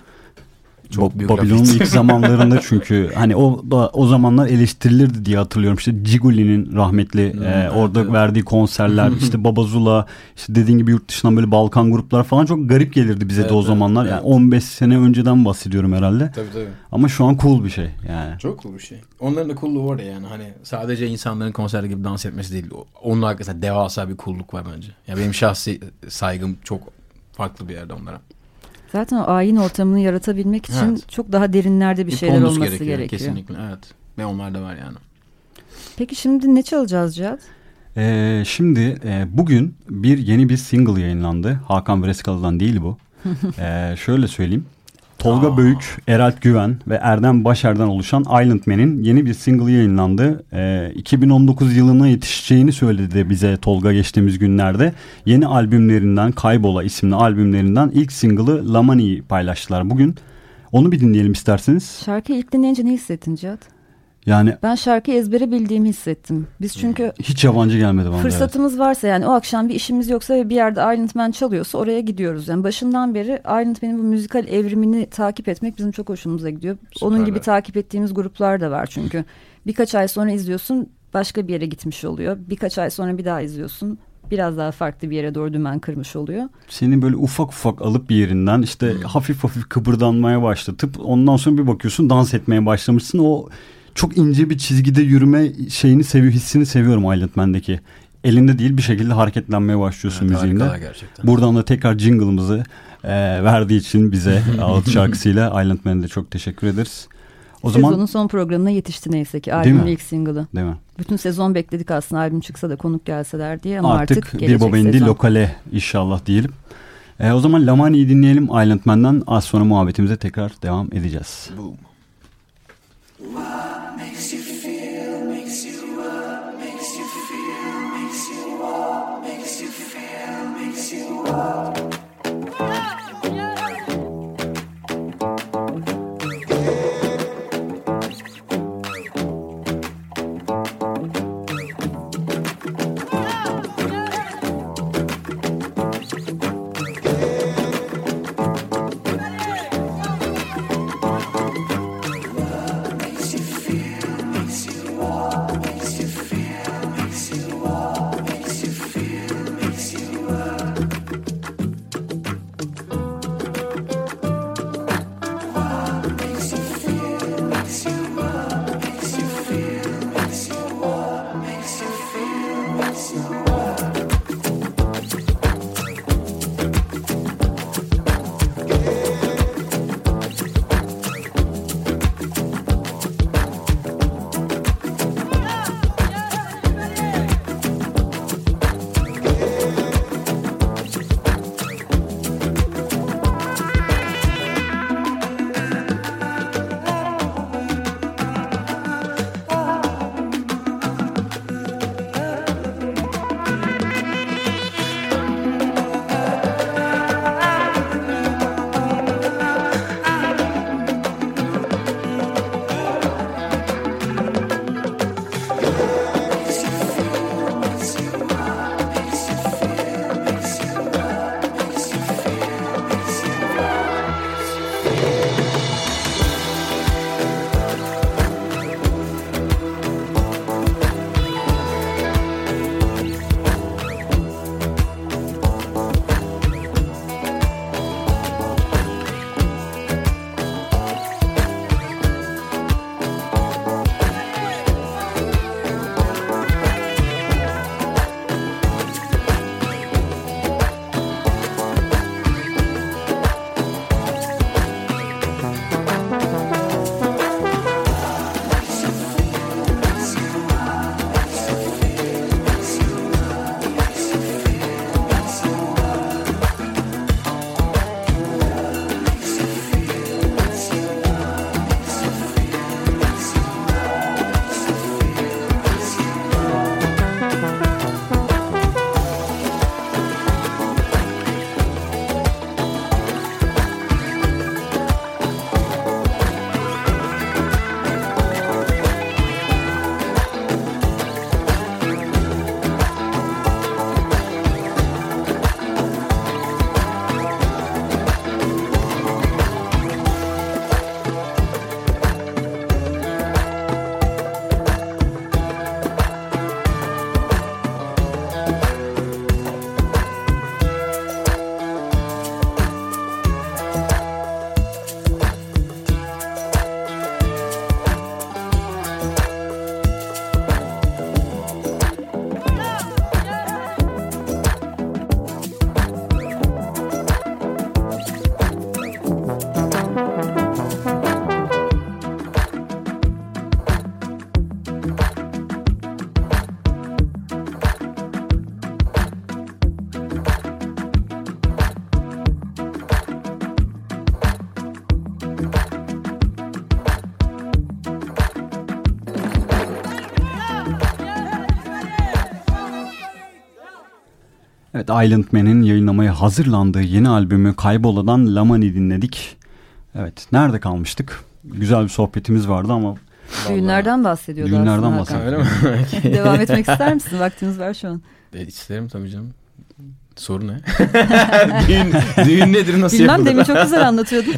Çok Ba- Babylon'un ilk zamanlarında çünkü hani o da o zamanlar eleştirilirdi diye hatırlıyorum. İşte Ciguli'nin rahmetli hmm, e, orada evet. verdiği konserler, işte Babazula, işte dediğin gibi yurt dışından böyle Balkan gruplar falan çok garip gelirdi bize evet, de o zamanlar. Evet. Yani on beş sene önceden bahsediyorum herhalde. Tabii tabii. Ama şu an cool bir şey yani. Çok cool bir şey. Onların da coolluğu var ya yani, hani sadece insanların konser gibi dans etmesi değil. Onun arkasında devasa bir cool'luk var bence. Yani benim şahsi saygım çok farklı bir yerde onlara. Zaten o ayin ortamını yaratabilmek için evet. çok daha derinlerde bir, bir şeyler olması gerekiyor, gerekiyor. Kesinlikle evet. Ve onlar da var yani. Peki şimdi ne çalacağız Cihat? Ee, şimdi e, bugün bir yeni bir single yayınlandı. Hakan Breskalı'dan değil bu. ee, şöyle söyleyeyim. Tolga Aa. Böyük, Eralp Güven ve Erdem Başer'den oluşan Island Man'in yeni bir single yayınlandı. Ee, iki bin on dokuz yılına yetişeceğini söyledi bize Tolga geçtiğimiz günlerde. Yeni albümlerinden, Kaybola isimli albümlerinden ilk single'ı Lamani'yi paylaştılar bugün. Onu bir dinleyelim isterseniz. Şarkıyı ilk dinleyince ne hissettin Cihat? Yani ben şarkıyı ezbere bildiğimi hissettim. Biz çünkü hiç yabancı gelmedi bana. Fırsatımız evet. varsa yani o akşam bir işimiz yoksa ve bir yerde Island Man çalıyorsa oraya gidiyoruz. Yani başından beri Island Man'in bu müzikal evrimini takip etmek bizim çok hoşumuza gidiyor. Süper Onun gibi evet. takip ettiğimiz gruplar da var çünkü. Birkaç ay sonra izliyorsun, başka bir yere gitmiş oluyor. Birkaç ay sonra bir daha izliyorsun, biraz daha farklı bir yere doğru dümen kırmış oluyor. Seni böyle ufak ufak alıp bir yerinden işte hmm. hafif hafif kıpırdanmaya başlatıp ondan sonra bir bakıyorsun dans etmeye başlamışsın. O çok ince bir çizgide yürüme şeyini seviyor, hissini seviyorum Island Man'deki. Elinde değil bir şekilde hareketlenmeye başlıyorsun evet, müziğinde. Buradan da tekrar jingle'ımızı e, verdiği için bize Ağıt şarkısıyla Island Man'e de çok teşekkür ederiz. O Sezonun zaman son programına yetişti neyse ki. Albümün ilk single'ı. Değil mi? Bütün sezon bekledik aslında albüm çıksa da konuk gelseler diye ama artık, artık bir baba indi lokale inşallah diyelim. E, o zaman Lamani'yi dinleyelim Island Man'den. Az sonra muhabbetimize tekrar devam edeceğiz. Boom. What makes you feel, makes you up, makes you feel, makes you walk, makes you feel, makes you up. Evet, Island Man'in yayınlamaya hazırlandığı yeni albümü Kaybola'dan Lamani dinledik. Evet, nerede kalmıştık? Güzel bir sohbetimiz vardı ama... Düğünlerden bahsediyordu Düğünlerden aslında. bahsediyordu. Devam etmek ister misin? Vaktimiz var şu an. Evet, isterim tabii canım. Soru ne? düğün, düğün nedir, nasıl Bilmem, yapılır? demin çok güzel anlatıyordun.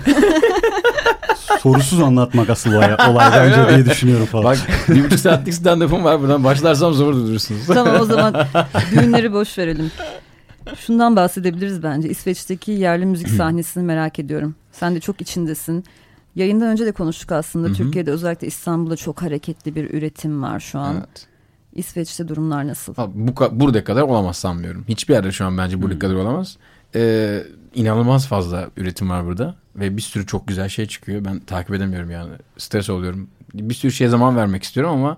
Sorusuz anlatmak asıl olay, olay bence diye düşünüyorum falan. Bak, bir buçuk saatlik stand-up'ım var, buradan başlarsam zor durursunuz. Tamam, o zaman düğünleri boş verelim. Şundan bahsedebiliriz bence. İsveç'teki yerli müzik sahnesini merak ediyorum. Sen de çok içindesin. Yayından önce de konuştuk aslında. Hı-hı. Türkiye'de özellikle İstanbul'da çok hareketli bir üretim var şu an. Evet. İsveç'te durumlar nasıl? Ha, bu burada kadar olamaz sanmıyorum. Hiçbir yerde şu an bence burada kadar olamaz. Ee, inanılmaz fazla üretim var burada. Ve bir sürü çok güzel şey çıkıyor. Ben takip edemiyorum yani. Stres oluyorum. Bir sürü şeye zaman vermek istiyorum ama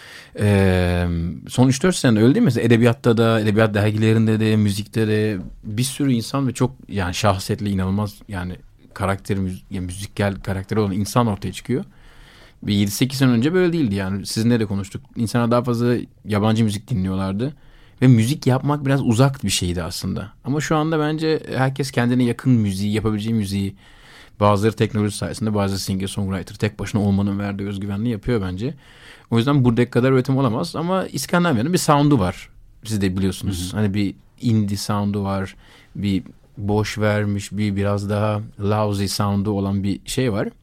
e, son üç dört senede öyle değil mi? Mesela edebiyatta da, edebiyat dergilerinde de, müzikte de bir sürü insan ve çok yani şahsiyetli, inanılmaz yani karakteri, müzik, yani müzikal karakteri olan insan ortaya çıkıyor. Bir yedi sekiz sene önce böyle değildi yani. Sizinle de konuştuk. İnsanlar daha fazla yabancı müzik dinliyorlardı. Ve müzik yapmak biraz uzak bir şeydi aslında. Ama şu anda bence herkes kendine yakın müziği, yapabileceği müziği, bazıları teknoloji sayesinde, bazıları singer songwriter, tek başına olmanın verdiği özgüvenli yapıyor bence. O yüzden buradaki kadar üretim olamaz. Ama İskandinavya'nın bir sound'u var. Siz de biliyorsunuz. Hı hı. Hani bir indie sound'u var. Bir boş vermiş, bir biraz daha lousy sound'u olan bir şey var.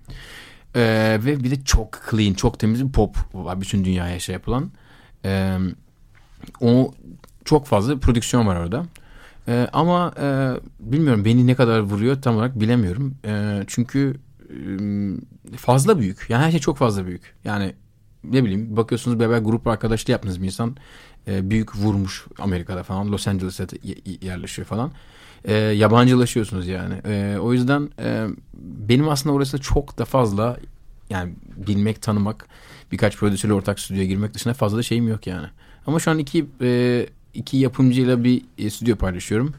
Ee, ve bir de çok clean, çok temiz bir pop var bütün dünyaya şey yapılan. Ee, o çok fazla prodüksiyon var orada. Ee, ama e, bilmiyorum beni ne kadar vuruyor tam olarak bilemiyorum. Ee, çünkü e, fazla büyük. Yani her şey çok fazla büyük. Yani ne bileyim bakıyorsunuz beraber grup arkadaşlığı yaptığınız bir insan e, büyük vurmuş Amerika'da falan, Los Angeles'ta yerleşiyor falan. E, yabancılaşıyorsunuz yani. E, o yüzden e, benim aslında orası çok da fazla yani bilmek, tanımak, birkaç prodüsörle ortak stüdyoya girmek dışında fazla da şeyim yok yani. Ama şu an iki e, iki yapımcıyla bir e, stüdyo paylaşıyorum.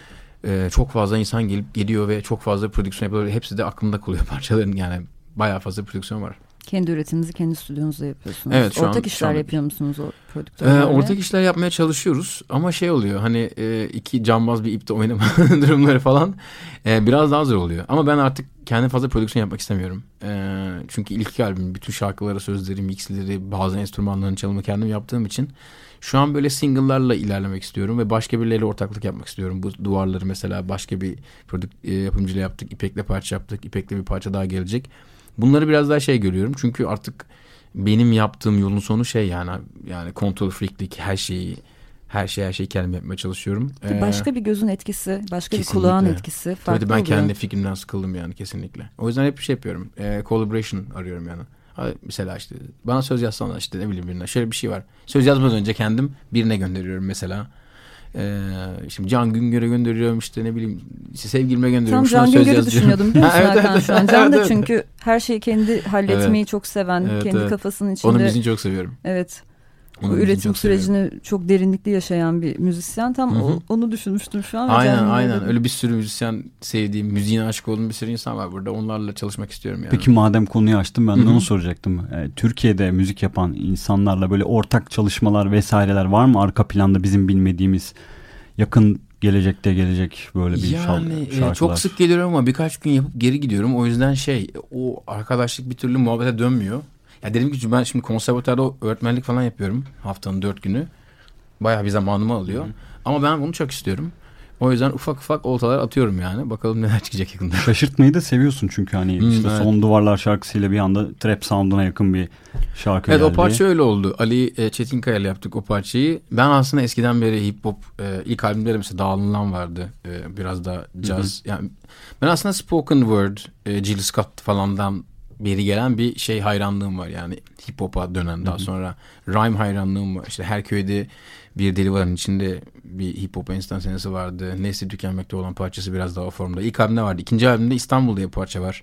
E, çok fazla insan gelip geliyor ve çok fazla prodüksiyon yapıyorlar. Hepsi de aklımda kalıyor parçaların yani bayağı fazla prodüksiyon var. Kendi üretiminizi kendi stüdyonuzda yapıyorsunuz. Evet, şu ortak an, işler şu an... yapıyor musunuz o prodüktörlerle? Ee, ortak işler yapmaya çalışıyoruz ama şey oluyor hani e, iki cambaz bir ipte oynama durumları falan e, biraz daha zor oluyor. Ama ben artık kendi fazla prodüksiyon yapmak istemiyorum. E, çünkü ilk albüm bütün şarkılara, sözleri, mixleri, bazı enstrümanların çalımı kendim yaptığım için şu an böyle single'larla ilerlemek istiyorum ve başka birileriyle ortaklık yapmak istiyorum. Bu duvarları mesela başka bir prodük, e, yapımcıyla yaptık. İpek'le parça yaptık. İpek'le bir parça daha gelecek. Bunları biraz daha şey görüyorum. Çünkü artık benim yaptığım yolun sonu şey yani yani control freaklik, her şeyi her şeyi her şeyi kendim yapmaya çalışıyorum. Ee, başka bir gözün etkisi, başka kesinlikle. bir kulağın etkisi farklı Tabii ben oluyor. kendi fikrimden sıkıldım yani kesinlikle. O yüzden hep bir şey yapıyorum. E, collaboration arıyorum yani. Mesela işte bana söz yazsana işte ne bileyim birine. Şöyle bir şey var. Söz yazmadan önce kendim birine gönderiyorum mesela. Ee, şimdi Can Güngör'e gönderiyorum işte ne bileyim işte sevgilime gönderiyorum. Tam Can Güngör'ü düşünüyordum biliyor musun Hakan evet, şu an? Can da evet, çünkü her şeyi kendi halletmeyi evet, çok seven, evet, kendi evet. kafasının içinde. Onun müziğini çok seviyorum. Evet. Onun bu üretim çok sürecini seviyorum. Çok derinlikli yaşayan bir müzisyen. Tam o, onu düşünmüştüm şu an. Aynen Can aynen Güngör'de. öyle bir sürü müzisyen sevdiğim, müziğine aşık olduğum bir sürü insan var burada. Onlarla çalışmak istiyorum yani. Peki madem konuyu açtım ben de onu soracaktım. Ee, Türkiye'de müzik yapan insanlarla böyle ortak çalışmalar vesaireler var mı arka planda bizim bilmediğimiz? Yakın gelecekte gelecek böyle bir yani, şarkılar. E, çok sık geliyorum ama birkaç gün yapıp geri gidiyorum. O yüzden şey o arkadaşlık bir türlü muhabbete dönmüyor. Ya dedim ki ben şimdi konservatuarda öğretmenlik falan yapıyorum haftanın dört günü. Bayağı bir zamanımı alıyor. Hı. Ama ben bunu çok istiyorum. O yüzden ufak ufak oltalar atıyorum yani. Bakalım neler çıkacak yakında. Şaşırtmayı da seviyorsun çünkü hani hmm, işte evet. Son Duvarlar şarkısıyla bir anda trap sound'una yakın bir şarkı evet, geldi. Evet o parça öyle oldu. Ali Çetinkaya ile yaptık o parçayı. Ben aslında eskiden beri hip hop e, ilk albümde mesela Dağılınan vardı. E, biraz da caz. Hı hı. Yani ben aslında spoken word, e, Jill Scott falandan beri gelen bir şey hayranlığım var. Yani hip hop'a dönen daha hı hı. sonra rhyme hayranlığım var. İşte her köyde bir deli varın içinde bir hip hop enstantanesi vardı. Nesli tükenmekte olan parçası biraz daha o formda. İlk albümde vardı. İkinci albümde İstanbul diye bir parça var.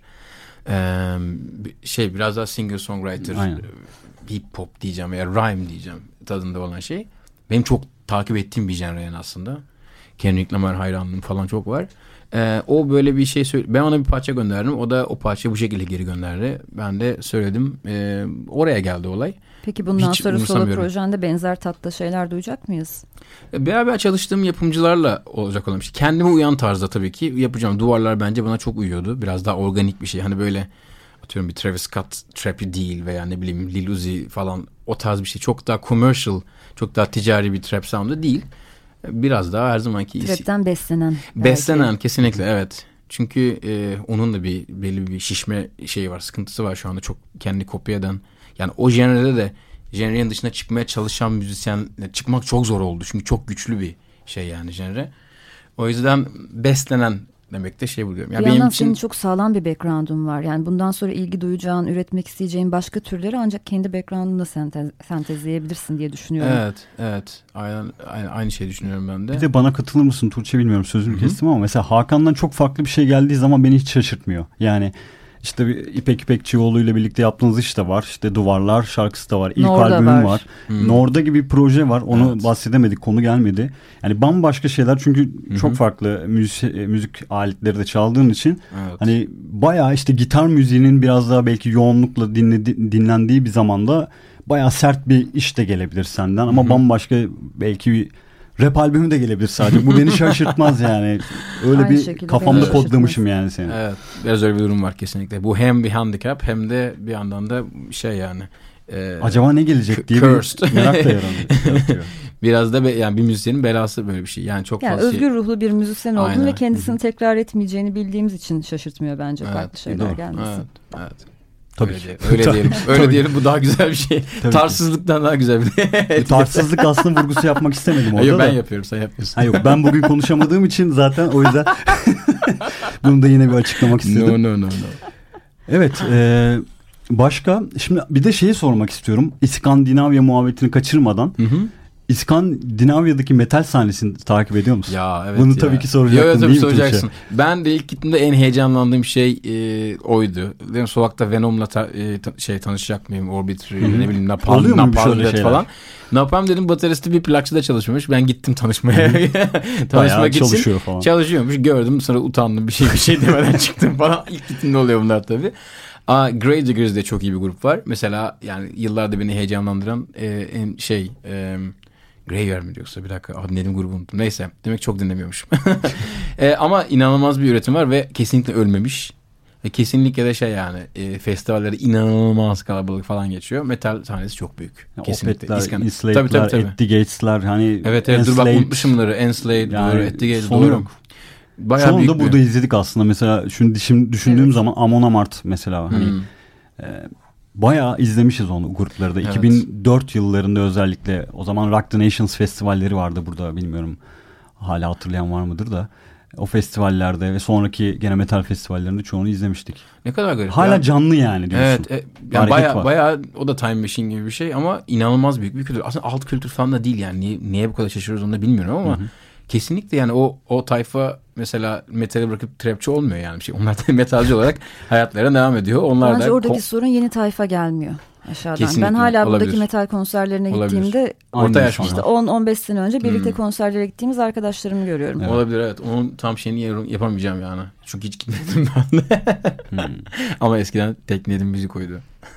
Ee, şey biraz daha singer songwriter Aynen. hip hop diyeceğim veya rhyme diyeceğim tadında olan şey. Benim çok takip ettiğim bir genre yani aslında. Kendrick Lamar hayranlığım falan çok var. Ee, o böyle bir şey söyle. Ben ona bir parça gönderdim. O da o parçayı bu şekilde geri gönderdi. Ben de söyledim. Ee, oraya geldi olay. Peki bundan Hiç sonra solo umursamıyorum. projende benzer tatta şeyler duyacak mıyız? Beraber çalıştığım yapımcılarla olacak olan bir şey. Kendime uyan tarzda tabii ki yapacağım. Duvarlar bence bana çok uyuyordu. Biraz daha organik bir şey. Hani böyle atıyorum bir Travis Scott trap'i değil veya ne bileyim Lil Uzi falan o tarz bir şey. Çok daha commercial, çok daha ticari bir trap sound'u değil. Biraz daha her zamanki... Trap'ten beslenen. Beslenen belki. kesinlikle evet. Çünkü e, onun da bir belli bir şişme şeyi var, sıkıntısı var şu anda. Çok kendi kopya eden. Yani o jenrede de jenrenin dışına çıkmaya çalışan müzisyen çıkmak çok zor oldu. Çünkü çok güçlü bir şey yani jenre. O yüzden beslenen demek de şey buluyorum. Bir Yani yandan benim için... senin çok sağlam bir background'un var. Yani bundan sonra ilgi duyacağın, üretmek isteyeceğin başka türleri ancak kendi background'unla sentez, sentezleyebilirsin diye düşünüyorum. Evet, evet. Aynen, aynı, aynı şeyi düşünüyorum ben de. Bir de bana katılır mısın Tuğçe, bilmiyorum sözünü Hı-hı. kestim ama mesela Hakan'dan çok farklı bir şey geldiği zaman beni hiç şaşırtmıyor. Yani işte bir İpek İpekçioğlu ile birlikte yaptığınız iş de var. İşte Duvarlar şarkısı da var. İlk Norda albümüm var. var. Hmm. Norda gibi bir proje var. Onu evet. bahsedemedik. Konu gelmedi. Yani bambaşka şeyler çünkü Hı-hı. çok farklı müzik, müzik aletleri de çaldığın için Evet. hani bayağı işte gitar müziğinin biraz daha belki yoğunlukla dinledi, dinlendiği bir zamanda bayağı sert bir iş de gelebilir senden ama Hı-hı. bambaşka belki bir rap albümü de gelebilir sadece. Bu beni şaşırtmaz yani. Öyle Aynı bir kafamda kodlamışım yani seni. Evet. Biraz öyle bir durum var kesinlikle. Bu hem bir handicap hem de bir yandan da şey yani. E, Acaba ne gelecek diye cursed. bir merak da yaratıyor. Biraz da be, yani bir müzisyenin belası böyle bir şey. Yani çok yani fazla özgür şey... ruhlu bir müzisyen oldun Aynen. ve kendisini tekrar etmeyeceğini bildiğimiz için şaşırtmıyor bence evet. farklı şeyler Doğru. gelmesi. Evet. Evet. Tabii öyle ki. diyelim. Öyle Tabii. diyelim. Öyle Tabii. diyelim. Bu daha güzel bir şey. Tabii Tarsızlıktan daha güzel bir şey. Tarsızlık aslında vurgusu yapmak istemedim orada Yok, ben da. yapıyorum, sen yapıyorsun. Ha yok, ben bugün konuşamadığım için zaten o yüzden bunu da yine bir açıklamak istedim. No no no no. Evet, e, başka şimdi bir de şeyi sormak istiyorum. İskandinavya muhabbetini kaçırmadan. Hı hı. İskandinavya'daki metal sahnesini takip ediyor musun? Ya evet. Bunu ya. tabii ki soracaktım. Evet, tabii değil mi soracaksın. Tuğçe? Ben de ilk gittiğimde en heyecanlandığım şey e, oydu. Dedim sokakta Venom'la ta, e, ta, şey tanışacak mıyım? Orbitry, ne bileyim Napalm, Oluyor mu Napalm şöyle şeyler? falan. Napalm dedim, bateristi bir plakçıda çalışmış. Ben gittim tanışmaya. Bayağı Tanışmak için. çalışıyor falan. Çalışıyormuş. Gördüm, sonra utandım, bir şey bir şey demeden çıktım falan. İlk gittiğimde oluyor bunlar tabii. Aa, Grave Diggers de çok iyi bir grup var. Mesela yani yıllarda beni heyecanlandıran e, en şey e, Graveyard mi yoksa bir dakika adı neydi, grubu unuttum. Neyse, demek çok dinlemiyormuşum. e, ama inanılmaz bir üretim var ve kesinlikle ölmemiş. Ve kesinlikle de şey yani e, festivallerde inanılmaz kalabalık falan geçiyor. Metal sahnesi çok büyük. Ya, kesinlikle. Opet'ler, İskan... Enslaved'ler, tabii, tabii, tabii. At the Gates'ler hani Evet evet, dur bak Enslaved, unutmuşum bunları. Enslaved, yani doğru, At the Gates, sonu doğru. yok. Bayağı Çoğunu büyük da burada bir... izledik aslında. Mesela şimdi, şimdi düşündüğüm Evet. zaman Amon Amarth mesela hani Hmm. e, bayağı izlemişiz onu grupları da. Evet. iki bin dört yıllarında özellikle o zaman Rock the Nations festivalleri vardı burada, bilmiyorum hala hatırlayan var mıdır da. O festivallerde ve sonraki gene metal festivallerinde çoğunu izlemiştik. Ne kadar garip. Hala ya. canlı yani diyorsun. Evet. E, yani Hareket baya, var. baya o da Time Machine gibi bir şey ama inanılmaz büyük bir kültür. Aslında alt kültür falan da değil yani. Niye, niye bu kadar şaşırıyoruz onu da bilmiyorum ama Hı hı. kesinlikle yani o o tayfa mesela metali bırakıp trapçi olmuyor yani bir şey. Onlar da metalci olarak hayatlarına devam ediyor. Onlar Bence da oradaki ko- sorun yeni tayfa gelmiyor aşağıdan. Kesinlikle, Ben hala olabilir. buradaki metal konserlerine Olabilir. gittiğimde orta yaş Aynı mı? işte on on beş sene önce birlikte Hmm. konserlere gittiğimiz arkadaşlarımı görüyorum. Evet. Olabilir evet. Onun tam şeyini yer- yapamayacağım yani. Çünkü hiç gitmedim ben de. Hmm. Ama eskiden tek dinlediğim müzik oydu.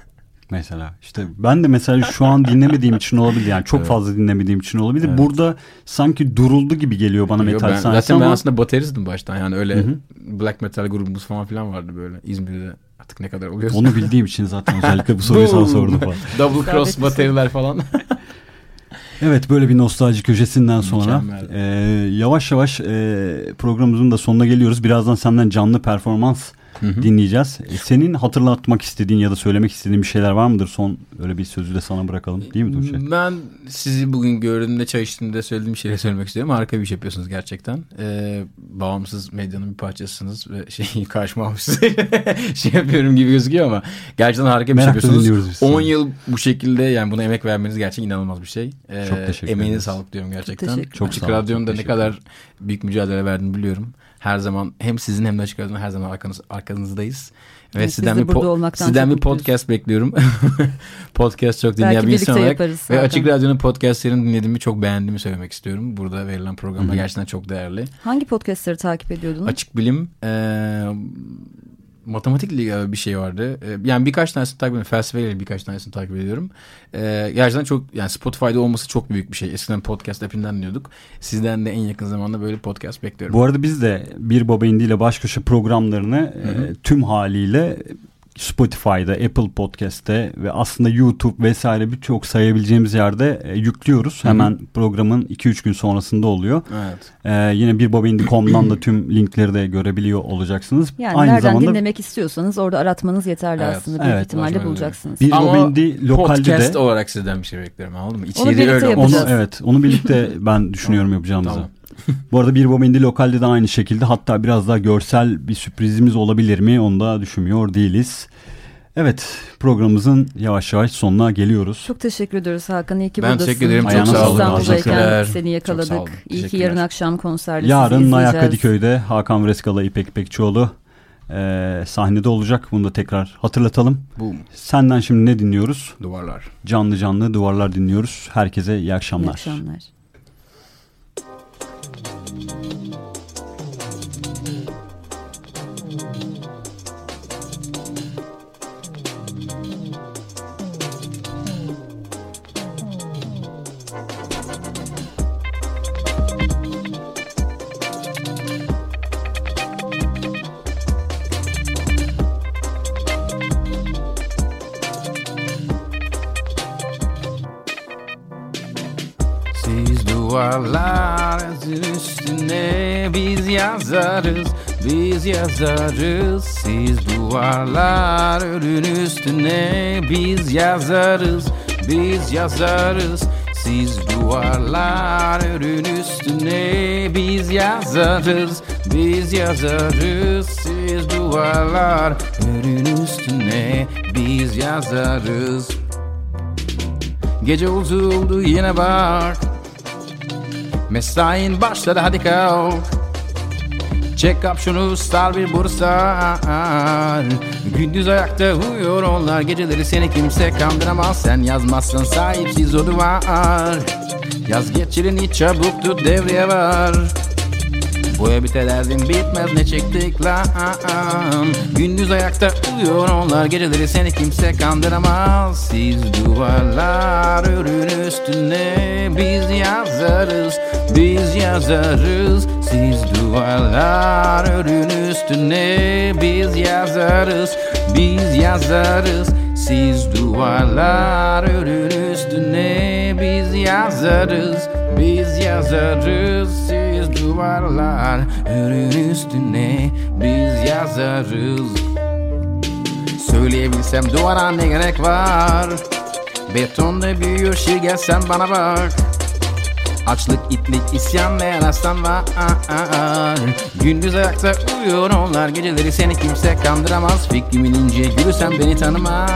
Mesela işte ben de mesela şu an dinlemediğim için olabilir yani çok Evet. fazla dinlemediğim için olabilir. Evet. Burada sanki duruldu gibi geliyor bana Yo, metal ben, sahnesi zaten ben ama aslında bateristim baştan yani öyle Hı hı. black metal grubumuz falan filan vardı böyle İzmir'de, artık ne kadar oluyorsa. onu bildiğim için zaten özellikle bu soruyu sana sordum falan. Double cross İsabetlisin. bateriler falan. Evet, böyle bir nostalji köşesinden sonra Mükemmel. e, yavaş yavaş e, programımızın da sonuna geliyoruz. Birazdan senden canlı performans Hı hı. dinleyeceğiz. E, senin hatırlatmak istediğin ya da söylemek istediğin bir şeyler var mıdır? Son öyle bir sözü de sana bırakalım. Değil mi Tuğçe? Ben sizi bugün gördüğümde çay içtiğimde söylediğim şeyleri söylemek istiyorum. Harika bir iş yapıyorsunuz gerçekten. Ee, bağımsız medyanın bir parçasısınız ve şey karşıma almışsınız. şey yapıyorum gibi gözüküyor ama gerçekten harika bir şey Merakla dinliyoruz yapıyorsunuz. biz on seni. yıl bu şekilde yani buna emek vermeniz gerçekten inanılmaz bir şey. Ee, Çok teşekkür Emeğinize ederiz. sağlık diyorum gerçekten. teşekkür Çok Açık sağ ol, Radyo'nun çok da ne teşekkür kadar büyük mücadele verdiğini biliyorum. her zaman hem sizin hem de Açık Radyo'nun her zaman arkanız, arkanızdayız. Ve evet, sizden bir, po- sizden bir podcast bekliyorum. Podcast çok dinleyen bir insan olarak. Ve Açık Radyo'nun podcastlerini dinlediğimi çok beğendiğimi söylemek istiyorum. Burada verilen programlar Hı-hı. gerçekten çok değerli. Hangi podcastleri takip ediyordunuz? Açık Bilim, e, matematikle ilgili bir şey vardı. E, yani birkaç tanesini takip ediyorum. Felsefeyle birkaç tanesini takip ediyorum. E, gerçekten çok, yani Spotify'da olması çok büyük bir şey. Eskiden podcast app'inden dinliyorduk. Sizden de en yakın zamanda böyle podcast bekliyorum. Bu arada biz de Bir Baba İndi ile Baş Köşe programlarını e, tüm haliyle Spotify'da, Apple Podcast'te ve aslında YouTube vesaire birçok sayabileceğimiz yerde e, yüklüyoruz. Hı-hı. Hemen programın iki üç gün sonrasında oluyor. Evet. E, yine bir baba indi nokta com'dan da tüm linkleri de görebiliyor olacaksınız. Yani Aynı nereden zamanda, dinlemek istiyorsanız orada aratmanız yeterli evet. aslında. Büyük evet, ihtimalle bulacaksınız. Bir Baba İndi lokalde podcast de, olarak sizden bir şey bekliyorum, anladın mı? İçeriği onu birlikte öyle yapacağız. Onu, evet, onu birlikte ben düşünüyorum yapacağımızı. Tamam. Bu arada Bir Baba İndi lokalde de aynı şekilde, hatta biraz daha görsel bir sürprizimiz olabilir mi onu da düşünmüyor değiliz. Evet, programımızın yavaş yavaş sonuna geliyoruz. Çok teşekkür ediyoruz Hakan. İyi ki ben buradasın. teşekkür ederim. Çok sağ olun. İstanbul'dayken seni yakaladık. İyi ki yarın akşam konserde Yarın Nayak Kadıköy'de Hakan Vreskala, İpek İpekçioğlu e, sahnede olacak. Bunu da tekrar hatırlatalım. Boom. Senden şimdi ne dinliyoruz? Duvarlar. Canlı canlı Duvarlar dinliyoruz. Herkese iyi akşamlar. İyi akşamlar. Duvarların üstüne biz yazarız, biz yazarız. Siz duvarların üstüne biz yazarız, biz yazarız. Siz duvarların üstüne biz yazarız, biz yazarız. Siz duvarların üstüne biz yazarız. Gece uzuldu yine bak, mesain başladı hadi kalk. Çek kapşonu sar bir bursa. Gündüz ayakta uyuyor onlar, geceleri seni kimse kandıramaz. Sen yazmazsan sahipsiz o duvar. Yaz geçirini çabuk tut devreye var. Bu evde derdim bitmez ne çektik lan. Gündüz ayakta uyuyor onlar, geceleri seni kimse kandıramaz. Siz duvarlar ürün üstüne biz yazarız, biz yazarız. Siz duvarlar ürün üstüne biz yazarız, biz yazarız. Siz duvarlar ürün üstüne biz yazarız, biz yazarız. Siz duvarlar ürün üstüne biz yazarız. Söyleyebilsem duvara ne gerek var? Betonda büyüyor şiir, gel sen bana bak. Açlık, itlik, isyan ve yarastan var. Gündüz ayakta uyuyor onlar, geceleri seni kimse kandıramaz. Fikrimin ince gülü sen beni tanıma.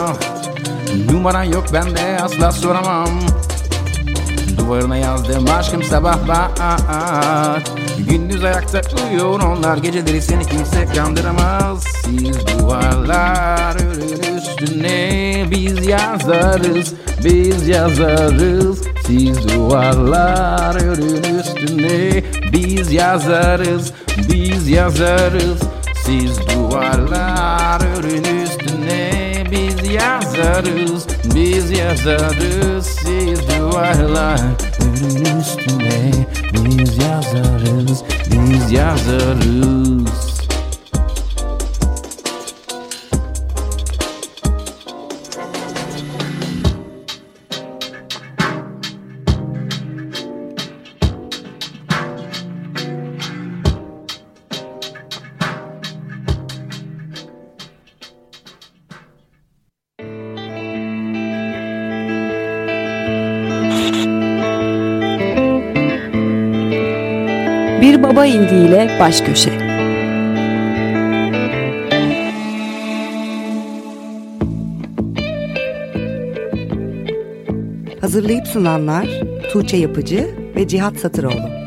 Numaran yok bende asla soramam. Duvarına yazdım aşkım sabah var. Gündüz ayakta uyuyor onlar, geceleri seni kimse kandıramaz. Siz duvarlar ürün üstüne biz yazarız, biz yazarız. Siz duvarlar ürün üstüne biz yazarız, biz yazarız. Siz duvarlar ürün üstüne biz yazarız, biz yazarız. Siz duvarlar ürün üstüne biz yazarız, biz yazarız. Bir Baba İndi ile Baş Köşe. Hazırlayıp sunanlar Tuğçe Yapıcı ve Cihat Satıroğlu.